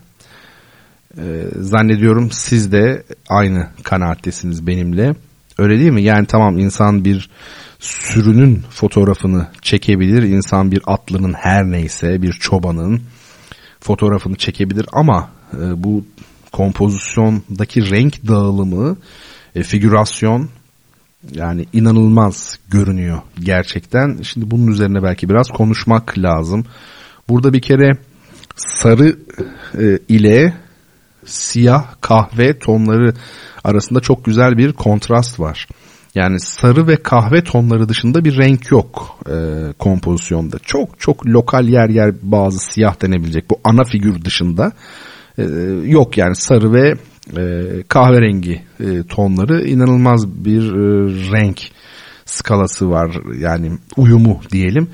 Zannediyorum siz de aynı kanaattesiniz benimle. Öyle değil mi? Yani tamam, insan bir sürünün fotoğrafını çekebilir. İnsan bir atlının, her neyse bir çobanın fotoğrafını çekebilir ama bu kompozisyondaki renk dağılımı, figürasyon yani inanılmaz görünüyor gerçekten. Şimdi bunun üzerine belki biraz konuşmak lazım. Burada bir kere sarı ile siyah kahve tonları arasında çok güzel bir kontrast var. Yani sarı ve kahve tonları dışında bir renk yok kompozisyonda. Çok çok lokal yer bazı siyah denebilecek bu ana figür dışında yok yani sarı ve kahverengi tonları, inanılmaz bir renk skalası var yani uyumu diyelim.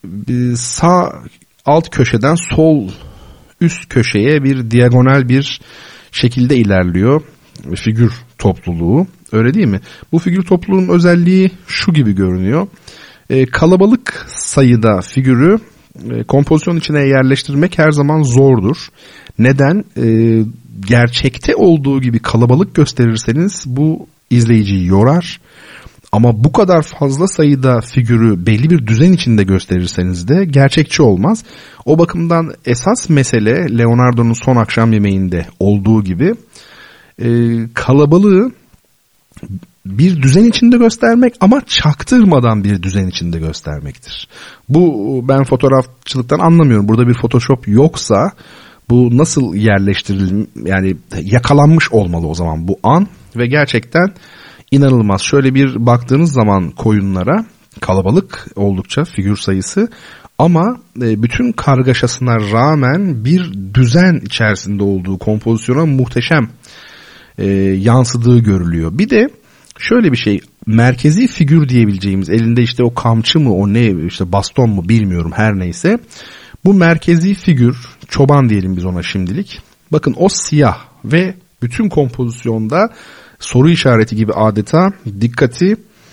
Sağ alt köşeden sol üst köşeye bir diagonal bir şekilde ilerliyor figür topluluğu, öyle değil mi? Bu figür topluluğunun özelliği şu gibi görünüyor. Kalabalık sayıda figürü kompozisyon içine yerleştirmek her zaman zordur. Neden? Gerçekte olduğu gibi kalabalık gösterirseniz bu izleyiciyi yorar. Ama bu kadar fazla sayıda figürü belli bir düzen içinde gösterirseniz de gerçekçi olmaz. O bakımdan esas mesele Leonardo'nun Son Akşam Yemeği'nde olduğu gibi kalabalığı bir düzen içinde göstermek ama çaktırmadan bir düzen içinde göstermektir. Bu, ben fotoğrafçılıktan anlamıyorum. Burada bir Photoshop yoksa bu nasıl yerleştirilir? Yani yakalanmış olmalı o zaman bu an ve gerçekten inanılmaz. Şöyle bir baktığınız zaman koyunlara, kalabalık oldukça figür sayısı ama bütün kargaşasına rağmen bir düzen içerisinde olduğu, kompozisyona muhteşem yansıdığı görülüyor. Bir de şöyle bir şey, merkezi figür diyebileceğimiz, elinde işte o kamçı mı, o ne, işte baston mu bilmiyorum, her neyse. Bu merkezi figür, çoban diyelim biz ona şimdilik. Bakın o siyah ve bütün kompozisyonda soru işareti gibi adeta dikkati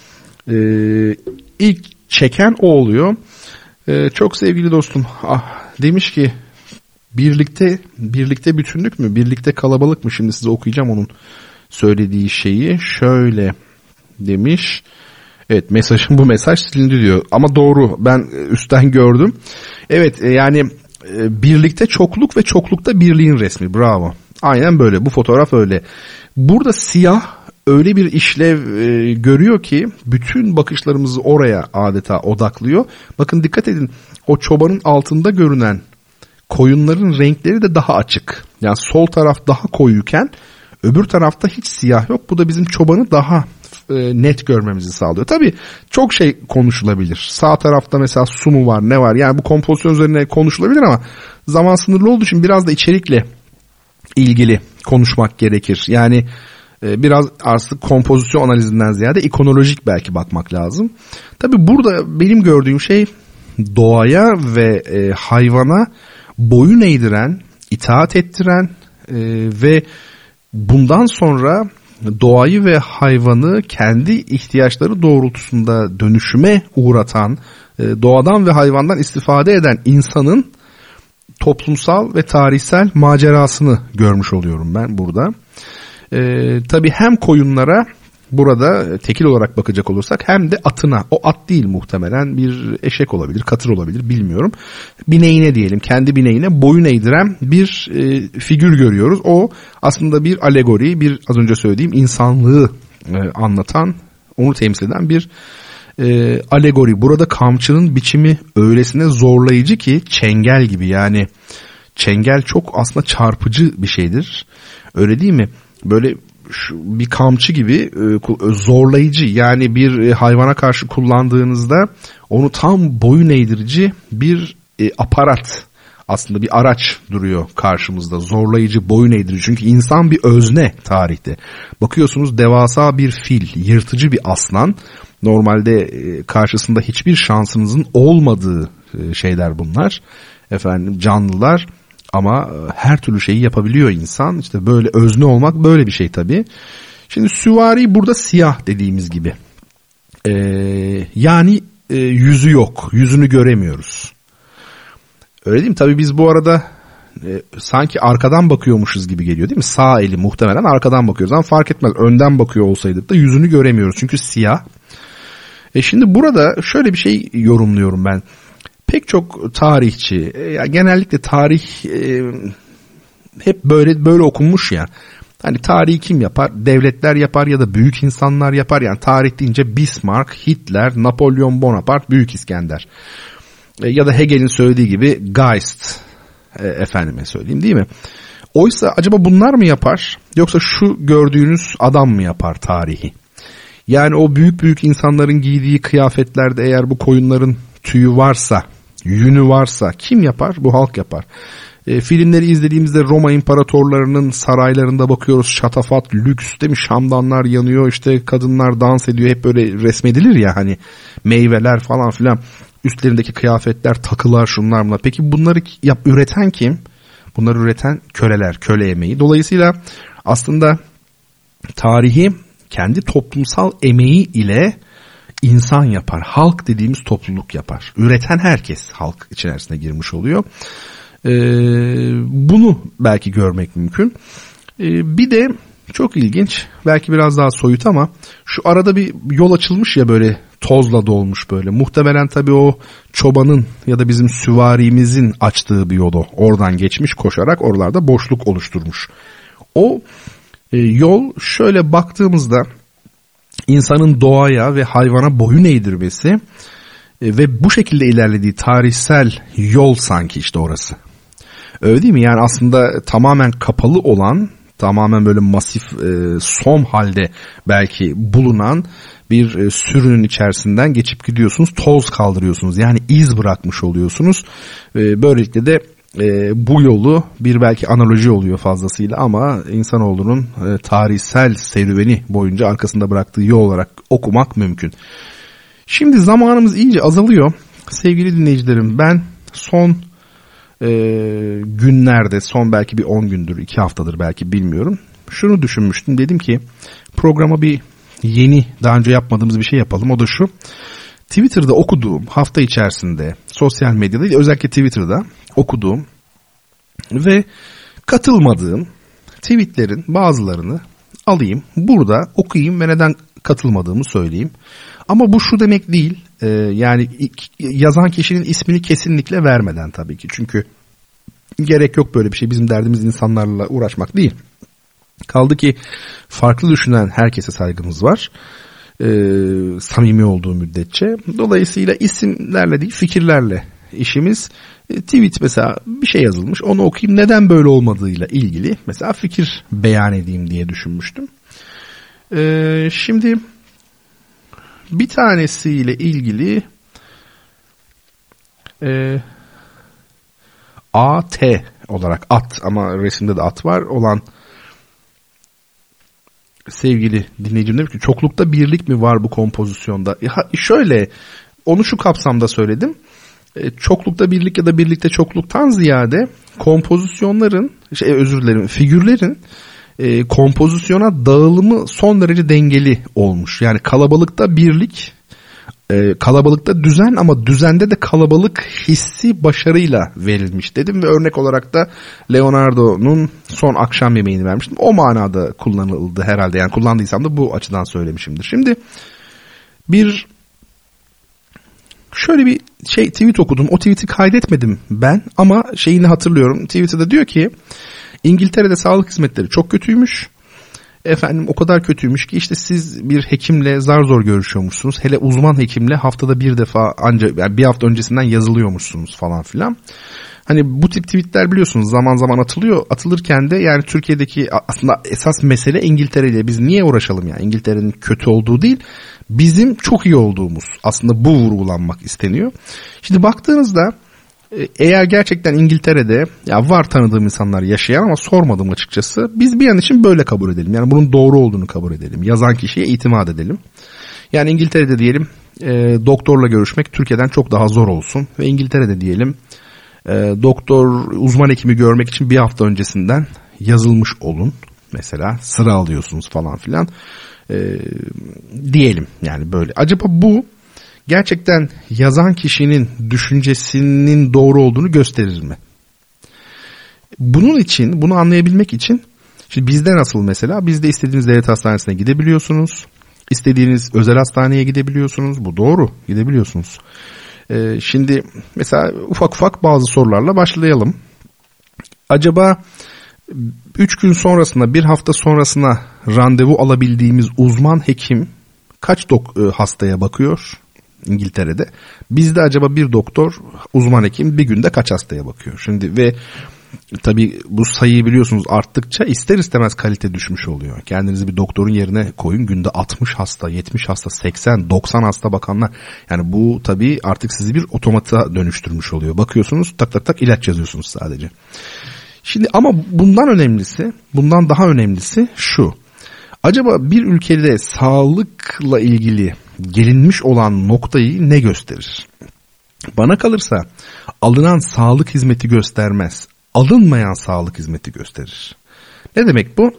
ilk çeken o oluyor. Çok sevgili dostum demiş ki birlikte bütünlük mü, birlikte kalabalık mı? Şimdi size okuyacağım onun söylediği şeyi. Şöyle demiş. Evet, bu mesaj silindi diyor. Ama doğru, ben üstten gördüm. Evet, yani birlikte çokluk ve çoklukta birliğin resmi. Bravo. Aynen böyle. Bu fotoğraf öyle. Burada siyah öyle bir işlev görüyor ki bütün bakışlarımızı oraya adeta odaklıyor. Bakın dikkat edin, o çobanın altında görünen koyunların renkleri de daha açık. Yani sol taraf daha koyuyken öbür tarafta hiç siyah yok. Bu da bizim çobanı daha net görmemizi sağlıyor. Tabii çok şey konuşulabilir. Sağ tarafta mesela su mu var, ne var? Yani bu kompozisyon üzerine konuşulabilir ama zaman sınırlı olduğu için biraz da içerikle ilgili konuşmak gerekir. Yani biraz artık kompozisyon analizinden ziyade ikonolojik belki bakmak lazım. Tabii burada benim gördüğüm şey doğaya ve hayvana boyun eğdiren, itaat ettiren ve bundan sonra doğayı ve hayvanı kendi ihtiyaçları doğrultusunda dönüşüme uğratan, doğadan ve hayvandan istifade eden insanın toplumsal ve tarihsel macerasını görmüş oluyorum ben burada. Tabii hem koyunlara burada tekil olarak bakacak olursak hem de atına, o at değil muhtemelen, bir eşek olabilir, katır olabilir, bilmiyorum. Bineğine diyelim, kendi bineğine boyun eğdiren bir figür görüyoruz. O aslında bir alegori, bir az önce söylediğim insanlığı anlatan, onu temsil eden bir alegori. Burada kamçının biçimi öylesine zorlayıcı ki çengel gibi, yani çengel çok aslında çarpıcı bir şeydir. Öyle değil mi? Böyle bir kamçı gibi zorlayıcı, yani bir hayvana karşı kullandığınızda onu tam boyun eğdirici bir aparat, aslında bir araç duruyor karşımızda, zorlayıcı, boyun eğdirici. Çünkü insan bir özne tarihte. Bakıyorsunuz devasa bir fil, yırtıcı bir aslan. Normalde karşısında hiçbir şansınızın olmadığı şeyler bunlar. Efendim, canlılar. Ama her türlü şeyi yapabiliyor insan. İşte böyle özne olmak böyle bir şey tabii. Şimdi süvari burada siyah dediğimiz gibi. Yani yüzü yok. Yüzünü göremiyoruz. Öyle değil mi? Tabii biz bu arada sanki arkadan bakıyormuşuz gibi geliyor değil mi? Sağ eli muhtemelen arkadan bakıyoruz ama fark etmez. Önden bakıyor olsaydık da yüzünü göremiyoruz. Çünkü siyah. Şimdi burada şöyle bir şey yorumluyorum ben. Pek çok tarihçi, genellikle tarih hep böyle okunmuş ya. Hani tarihi kim yapar? Devletler yapar ya da büyük insanlar yapar. Yani tarih deyince Bismarck, Hitler, Napolyon Bonaparte, Büyük İskender. Ya da Hegel'in söylediği gibi Geist, efendime söyleyeyim, değil mi? Oysa acaba bunlar mı yapar? Yoksa şu gördüğünüz adam mı yapar tarihi? Yani o büyük insanların giydiği kıyafetlerde eğer bu koyunların tüyü varsa, yünü varsa kim yapar? Bu halk yapar. Filmleri izlediğimizde Roma imparatorlarının saraylarında bakıyoruz, şatafat, lüks değil mi? Şamdanlar yanıyor, işte kadınlar dans ediyor, hep böyle resmedilir ya, hani meyveler falan filan, üstlerindeki kıyafetler, takılar, şunlar bunlar. Peki bunları üreten kim? Bunları üreten köleler, köle emeği. Dolayısıyla aslında tarihi kendi toplumsal emeği ile insan yapar. Halk dediğimiz topluluk yapar. Üreten herkes halk içerisine girmiş oluyor. Bunu belki görmek mümkün. Bir de çok ilginç, belki biraz daha soyut ama şu arada bir yol açılmış ya, böyle tozla dolmuş böyle. Muhtemelen tabii o çobanın ya da bizim süvarimizin açtığı bir yolu. Oradan geçmiş koşarak, oralarda boşluk oluşturmuş. O yol şöyle baktığımızda insanın doğaya ve hayvana boyun eğdirmesi ve bu şekilde ilerlediği tarihsel yol sanki işte orası. Öyle değil mi? Yani aslında tamamen kapalı olan, tamamen böyle masif, som halde belki bulunan bir sürünün içerisinden geçip gidiyorsunuz, toz kaldırıyorsunuz. Yani iz bırakmış oluyorsunuz. Böylelikle de bu yolu bir belki analoji oluyor fazlasıyla ama insanoğlunun tarihsel serüveni boyunca arkasında bıraktığı yol olarak okumak mümkün. Şimdi zamanımız iyice azalıyor. Sevgili dinleyicilerim, ben son günlerde, son belki bir 10 gündür, 2 haftadır belki, bilmiyorum. Şunu düşünmüştüm, dedim ki programa bir yeni, daha önce yapmadığımız bir şey yapalım. O da şu: Twitter'da okuduğum, hafta içerisinde sosyal medyada değil, özellikle Twitter'da okuduğum ve katılmadığım tweetlerin bazılarını alayım, burada okuyayım ve neden katılmadığımı söyleyeyim. Ama bu şu demek değil, yani yazan kişinin ismini kesinlikle vermeden tabii ki. Çünkü Gerek yok böyle bir şey. Bizim derdimiz insanlarla uğraşmak değil. Kaldı ki farklı düşünen herkese saygımız var. Samimi olduğu müddetçe. Dolayısıyla isimlerle değil fikirlerle işimiz. Tweet mesela bir şey yazılmış, onu okuyayım, neden böyle olmadığıyla ilgili mesela fikir beyan edeyim diye düşünmüştüm. Şimdi bir tanesiyle ilgili AT olarak at ama resimde de at var olan sevgili dinleyicim demiş ki çoklukta birlik mi var bu kompozisyonda? Şöyle onu şu kapsamda söyledim. Çoklukta birlik ya da birlikte çokluktan ziyade kompozisyonların figürlerin kompozisyona dağılımı son derece dengeli olmuş. Yani kalabalıkta birlik, kalabalıkta düzen ama düzende de kalabalık hissi başarıyla verilmiş dedim ve örnek olarak da Leonardo'nun Son Akşam Yemeğini vermiştim. O manada kullanıldı herhalde. Yani kullandıysam da bu açıdan söylemişimdir. Şimdi şöyle bir tweet okudum. O tweet'i kaydetmedim ben ama şeyini hatırlıyorum. Tweet'te de diyor ki İngiltere'de sağlık hizmetleri çok kötüymüş. Efendim o kadar kötüymüş ki işte siz bir hekimle zar zor görüşüyormuşsunuz. Hele uzman hekimle haftada bir defa ancak yani bir hafta öncesinden yazılıyormuşsunuz falan filan. Hani bu tip tweetler biliyorsunuz zaman zaman atılıyor. Atılırken de yani Türkiye'deki aslında esas mesele İngiltere'yle biz niye uğraşalım yani İngiltere'nin kötü olduğu değil. Bizim çok iyi olduğumuz aslında bu vurgulanmak isteniyor. Şimdi baktığınızda eğer gerçekten İngiltere'de ya var tanıdığım insanlar yaşayan ama sormadım açıkçası. Biz bir an için böyle kabul edelim. Yani bunun doğru olduğunu kabul edelim. Yazan kişiye itimat edelim. Yani İngiltere'de diyelim doktorla görüşmek Türkiye'den çok daha zor olsun. Ve İngiltere'de diyelim doktor uzman hekimi görmek için bir hafta öncesinden yazılmış olun. Mesela sıra alıyorsunuz falan filan diyelim yani böyle. Acaba bu gerçekten yazan kişinin düşüncesinin doğru olduğunu gösterir mi? Bunun için, bunu anlayabilmek için şimdi bizde nasıl mesela? Bizde istediğiniz devlet hastanesine gidebiliyorsunuz. İstediğiniz özel hastaneye gidebiliyorsunuz. Bu doğru, gidebiliyorsunuz. Şimdi mesela ufak ufak bazı sorularla başlayalım. Acaba 3 gün sonrasında, bir hafta sonrasına randevu alabildiğimiz uzman hekim kaç hastaya bakıyor İngiltere'de? Bizde acaba bir doktor, uzman hekim bir günde kaç hastaya bakıyor? Şimdi ve tabii bu sayıyı biliyorsunuz arttıkça ister istemez kalite düşmüş oluyor. Kendinizi bir doktorun yerine koyun. Günde 60 hasta, 70 hasta, 80, 90 hasta bakanlar. Yani bu tabii artık sizi bir otomata dönüştürmüş oluyor. Bakıyorsunuz tak tak tak ilaç yazıyorsunuz sadece. Şimdi ama bundan daha önemlisi şu. Acaba bir ülkede sağlıkla ilgili gelinmiş olan noktayı ne gösterir? Bana kalırsa alınan sağlık hizmeti göstermez. Alınmayan sağlık hizmeti gösterir. Ne demek bu?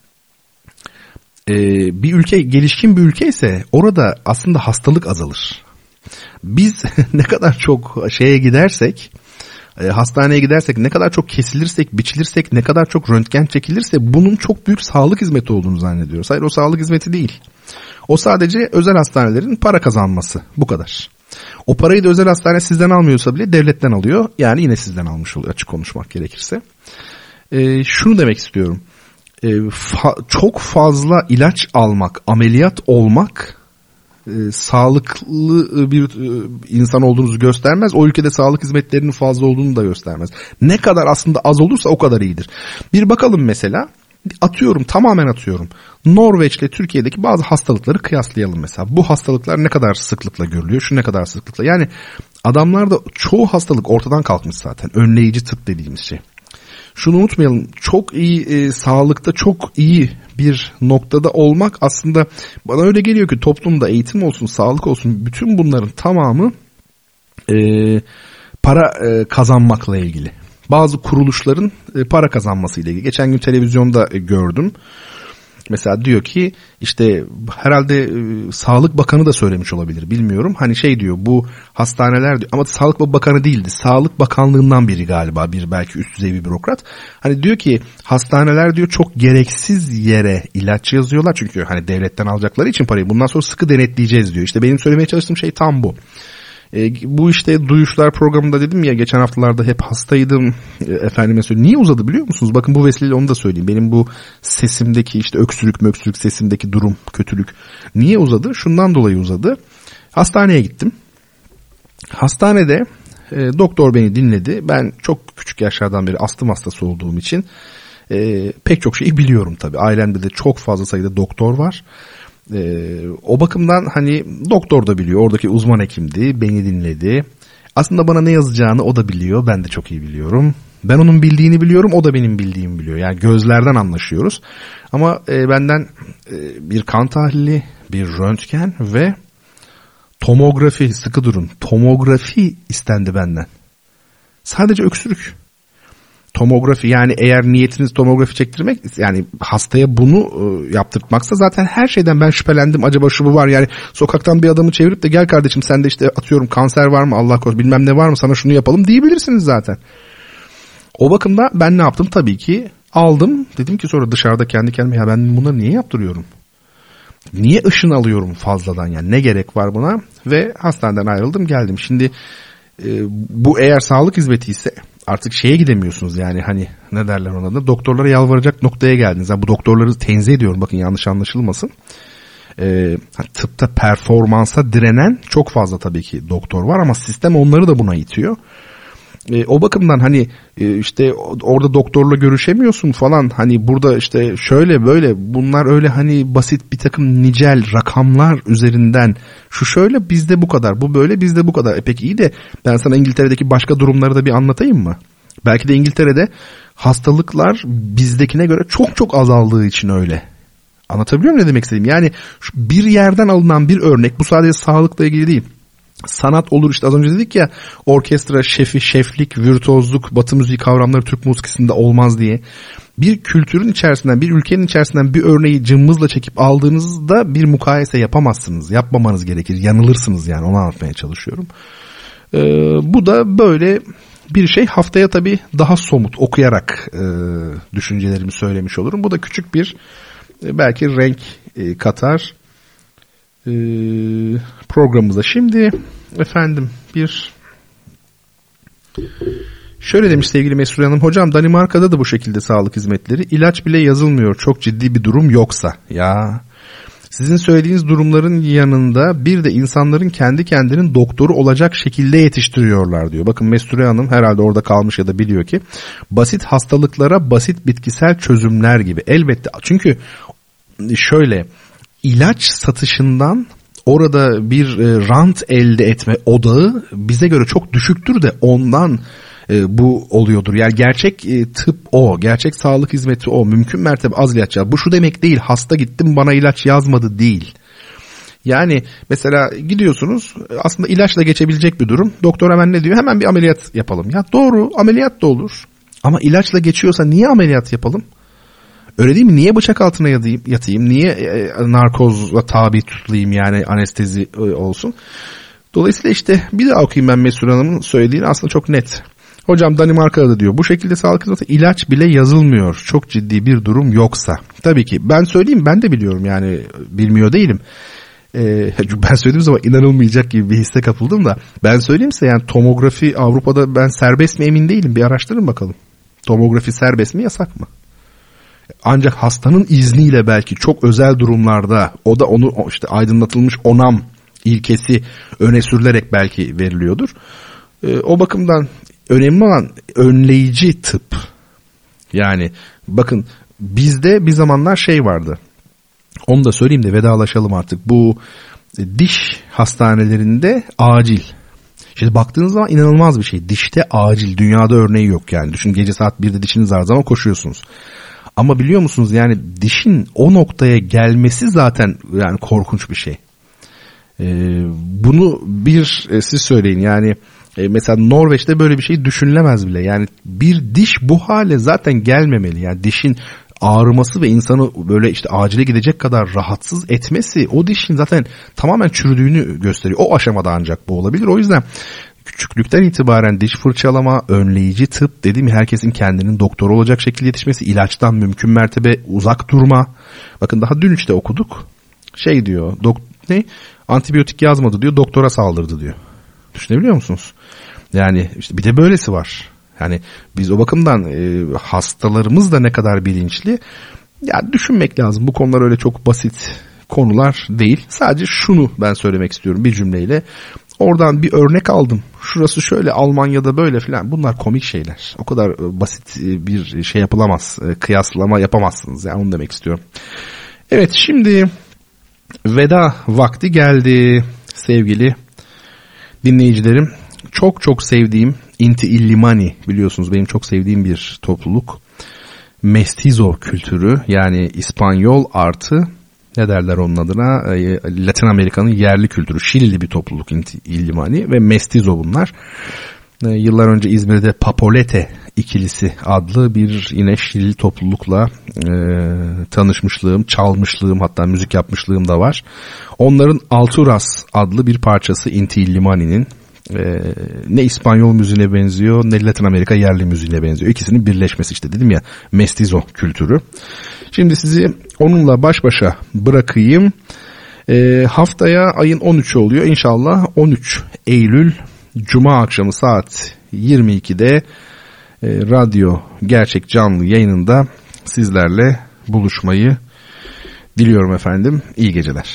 Bir ülke gelişkin bir ülke ise orada aslında hastalık azalır. Biz ne kadar çok hastaneye gidersek, ne kadar çok kesilirsek, biçilirsek, ne kadar çok röntgen çekilirse bunun çok büyük sağlık hizmeti olduğunu zannediyoruz. Hayır, o sağlık hizmeti değil. O sadece özel hastanelerin para kazanması. Bu kadar. O parayı da özel hastane sizden almıyorsa bile devletten alıyor. Yani yine sizden almış oluyor açık konuşmak gerekirse. Şunu demek istiyorum. Çok fazla ilaç almak, ameliyat olmak sağlıklı bir insan olduğunuzu göstermez. O ülkede sağlık hizmetlerinin fazla olduğunu da göstermez. Ne kadar aslında az olursa o kadar iyidir. Bir bakalım mesela. Tamamen atıyorum. Norveç ile Türkiye'deki bazı hastalıkları kıyaslayalım mesela. Bu hastalıklar ne kadar sıklıkla görülüyor, şu ne kadar sıklıkla. Yani adamlarda çoğu hastalık ortadan kalkmış zaten. Önleyici tıp dediğimiz şey. Şunu unutmayalım, çok iyi sağlıkta çok iyi bir noktada olmak aslında bana öyle geliyor ki toplumda eğitim olsun, sağlık olsun, bütün bunların tamamı para kazanmakla ilgili. Bazı kuruluşların para kazanmasıyla ilgili. Geçen gün televizyonda gördüm. Mesela diyor ki işte herhalde Sağlık Bakanı da söylemiş olabilir, bilmiyorum. Hani diyor, bu hastaneler diyor, ama Sağlık Bakanı değildi. Sağlık Bakanlığından biri galiba, bir belki üst düzey bir bürokrat. Hani diyor ki hastaneler diyor çok gereksiz yere ilaç yazıyorlar. Çünkü hani devletten alacakları için parayı bundan sonra sıkı denetleyeceğiz diyor. İşte benim söylemeye çalıştığım şey tam bu. Bu işte Duyuşlar programında dedim ya, geçen haftalarda hep hastaydım. Efendime söyleyeyim. Niye uzadı biliyor musunuz? Bakın bu vesileyle onu da söyleyeyim. Benim bu sesimdeki işte öksürük sesimdeki durum, kötülük niye uzadı? Şundan dolayı uzadı. Hastaneye gittim. Hastanede doktor beni dinledi. Ben çok küçük yaşlardan beri astım hastası olduğum için pek çok şeyi biliyorum tabii. Ailemde de çok fazla sayıda doktor var. O bakımdan hani doktor da biliyor. Oradaki uzman hekimdi. Beni dinledi. Aslında bana ne yazacağını o da biliyor. Ben de çok iyi biliyorum. Ben onun bildiğini biliyorum. O da benim bildiğimi biliyor. Yani gözlerden anlaşıyoruz. Ama benden bir kan tahlili, bir röntgen ve tomografi, sıkı durun. Tomografi istendi benden. Sadece öksürük. Tomografi, yani eğer niyetiniz tomografi çektirmek, yani hastaya bunu yaptırtmaksa zaten her şeyden ben şüphelendim. Acaba şu bu var, yani sokaktan bir adamı çevirip de gel kardeşim sende işte atıyorum kanser var mı, Allah korusun bilmem ne var mı, sana şunu yapalım diyebilirsiniz zaten. O bakımda ben ne yaptım? Tabii ki aldım. Dedim ki sonra dışarıda kendi kendime, ya ben bunları niye yaptırıyorum? Niye ışın alıyorum fazladan, yani ne gerek var buna? Ve hastaneden ayrıldım, geldim. Şimdi bu eğer sağlık hizmeti ise artık şeye gidemiyorsunuz, yani hani ne derler ona da, doktorlara yalvaracak noktaya geldiniz. Yani bu doktorları tenzih ediyorum, bakın yanlış anlaşılmasın. Tıpta performansa direnen çok fazla tabii ki doktor var ama sistem onları da buna itiyor. O bakımdan hani işte orada doktorla görüşemiyorsun falan, hani burada işte şöyle böyle, bunlar öyle hani basit bir takım nicel rakamlar üzerinden şu şöyle bizde bu kadar, bu böyle bizde bu kadar. Peki iyi de ben sana İngiltere'deki başka durumları da bir anlatayım mı? Belki de İngiltere'de hastalıklar bizdekine göre çok çok azaldığı için öyle. Anlatabiliyor muyum ne demek istediğim? Yani bir yerden alınan bir örnek, bu sadece sağlıkla ilgili değil. Sanat olur, işte az önce dedik ya, orkestra şefi, şeflik, virtüozluk, Batı müziği kavramları Türk musikisinde olmaz diye. Bir kültürün içerisinden, bir ülkenin içerisinden bir örneği cımbızla çekip aldığınızda bir mukayese yapamazsınız. Yapmamanız gerekir. Yanılırsınız, yani onu anlatmaya çalışıyorum. Bu da böyle bir şey. Haftaya tabii daha somut okuyarak düşüncelerimi söylemiş olurum. Bu da küçük bir belki renk katar programımıza. Şimdi efendim şöyle demiş sevgili Mesut Hanım, hocam Danimarka'da da bu şekilde sağlık hizmetleri, ilaç bile yazılmıyor çok ciddi bir durum yoksa. Ya sizin söylediğiniz durumların yanında bir de insanların kendi kendinin doktoru olacak şekilde yetiştiriyorlar diyor. Bakın Mesut Hanım herhalde orada kalmış ya da biliyor ki basit hastalıklara basit bitkisel çözümler gibi. Elbette, çünkü şöyle, ilaç satışından orada bir rant elde etme odağı bize göre çok düşüktür de ondan bu oluyordur. Yani gerçek tıp o, gerçek sağlık hizmeti o. Mümkün mertebe az ilaç yaz. Bu şu demek değil, hasta gittim bana ilaç yazmadı değil. Yani mesela gidiyorsunuz, aslında ilaçla geçebilecek bir durum. Doktor hemen ne diyor? Hemen bir ameliyat yapalım. Ya doğru, ameliyat da olur. Ama ilaçla geçiyorsa niye ameliyat yapalım? Öyle değil mi? Niye bıçak altına yatayım? Niye narkozla tabi tutulayım, yani anestezi olsun? Dolayısıyla işte bir daha okuyayım ben Mesut Hanım'ın söylediğini, aslında çok net. Hocam Danimarka'da diyor bu şekilde sağlık hizmeti ilaç bile yazılmıyor. Çok ciddi bir durum yoksa. Tabii ki ben söyleyeyim, ben de biliyorum, yani bilmiyor değilim. Ben söylediğim zaman inanılmayacak gibi bir hisse kapıldım da. Ben söyleyeyim size, yani tomografi Avrupa'da ben serbest mi emin değilim. Bir araştırın bakalım. Tomografi serbest mi, yasak mı? Ancak hastanın izniyle belki çok özel durumlarda, o da onu işte aydınlatılmış onam ilkesi öne sürülerek belki veriliyordur. O bakımdan önemli olan önleyici tıp. Yani bakın bizde bir zamanlar şey vardı. Onu da söyleyeyim de vedalaşalım artık. Bu diş hastanelerinde acil. Şimdi baktığınız zaman inanılmaz bir şey. Dişte acil. Dünyada örneği yok yani. Düşün, gece saat 1'de dişiniz ağrıdığı zaman koşuyorsunuz. Ama biliyor musunuz, yani dişin o noktaya gelmesi zaten yani korkunç bir şey. Bunu siz söyleyin, yani mesela Norveç'te böyle bir şey düşünülemez bile. Yani bir diş bu hale zaten gelmemeli. Yani dişin ağrıması ve insanı böyle işte acile gidecek kadar rahatsız etmesi o dişin zaten tamamen çürüdüğünü gösteriyor. O aşamada ancak bu olabilir. O yüzden küçüklükten itibaren diş fırçalama, önleyici tıp, dediğim herkesin kendinin doktoru olacak şekilde yetişmesi, ilaçtan mümkün mertebe uzak durma. Bakın daha dün işte okuduk. Şey diyor, antibiyotik yazmadı diyor, doktora saldırdı diyor. Düşünebiliyor musunuz? Yani işte bir de böylesi var. Yani biz o bakımdan hastalarımız da ne kadar bilinçli. Ya düşünmek lazım. Bu konular öyle çok basit konular değil. Sadece şunu ben söylemek istiyorum bir cümleyle. Oradan bir örnek aldım. Şurası şöyle, Almanya'da böyle filan. Bunlar komik şeyler. O kadar basit bir şey yapılamaz. Kıyaslama yapamazsınız. Yani onu demek istiyorum. Evet, şimdi veda vakti geldi sevgili dinleyicilerim. Çok çok sevdiğim Inti Illimani, biliyorsunuz benim çok sevdiğim bir topluluk. Mestizo kültürü, yani İspanyol artı ne derler onun adına, Latin Amerika'nın yerli kültürü. Şilili bir topluluk Inti Illimani ve Mestizo bunlar. Yıllar önce İzmir'de Papolete ikilisi adlı bir yine Şilili toplulukla tanışmışlığım, çalmışlığım, hatta müzik yapmışlığım da var. Onların Alturas adlı bir parçası Inti Illimani'nin ne İspanyol müziğine benziyor ne Latin Amerika yerli müziğine benziyor. İkisinin birleşmesi, işte dedim ya, mestizo kültürü. Şimdi sizi onunla baş başa bırakayım. Haftaya ayın 13'ü oluyor. İnşallah 13 Eylül Cuma akşamı saat 22'de Radyo Gerçek canlı yayınında sizlerle buluşmayı diliyorum efendim. İyi geceler.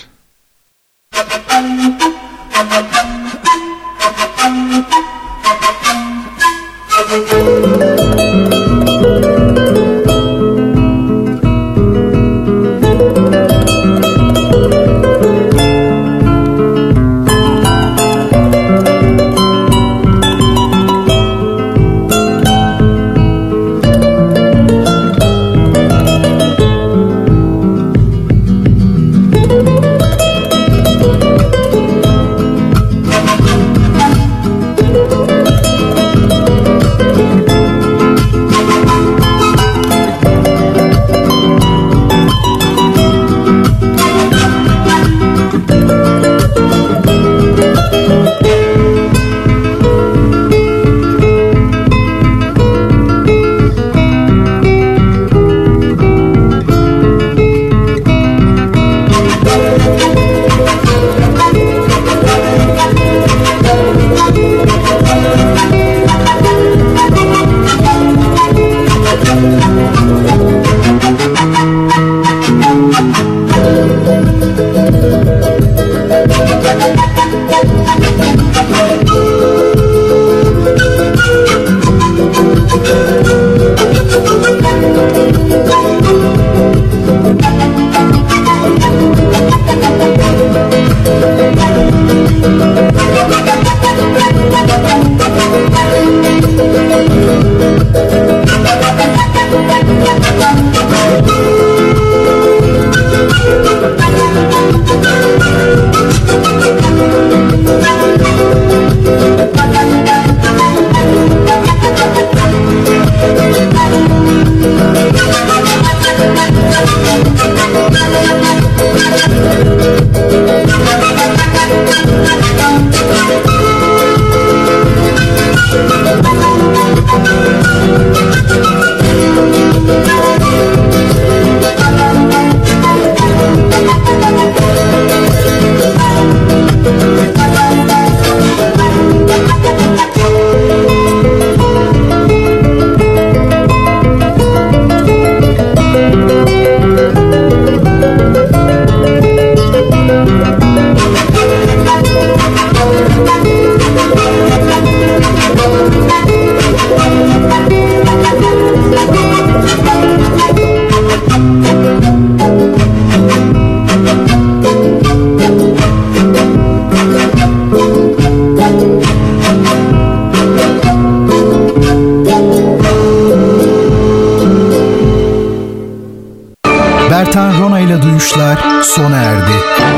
Sona erdi.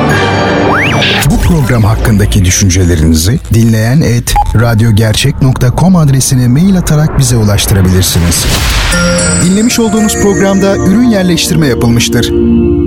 Bu program hakkındaki düşüncelerinizi dinleyen@radyogercek.com adresine mail atarak bize ulaştırabilirsiniz. Dinlemiş olduğunuz programda ürün yerleştirme yapılmıştır.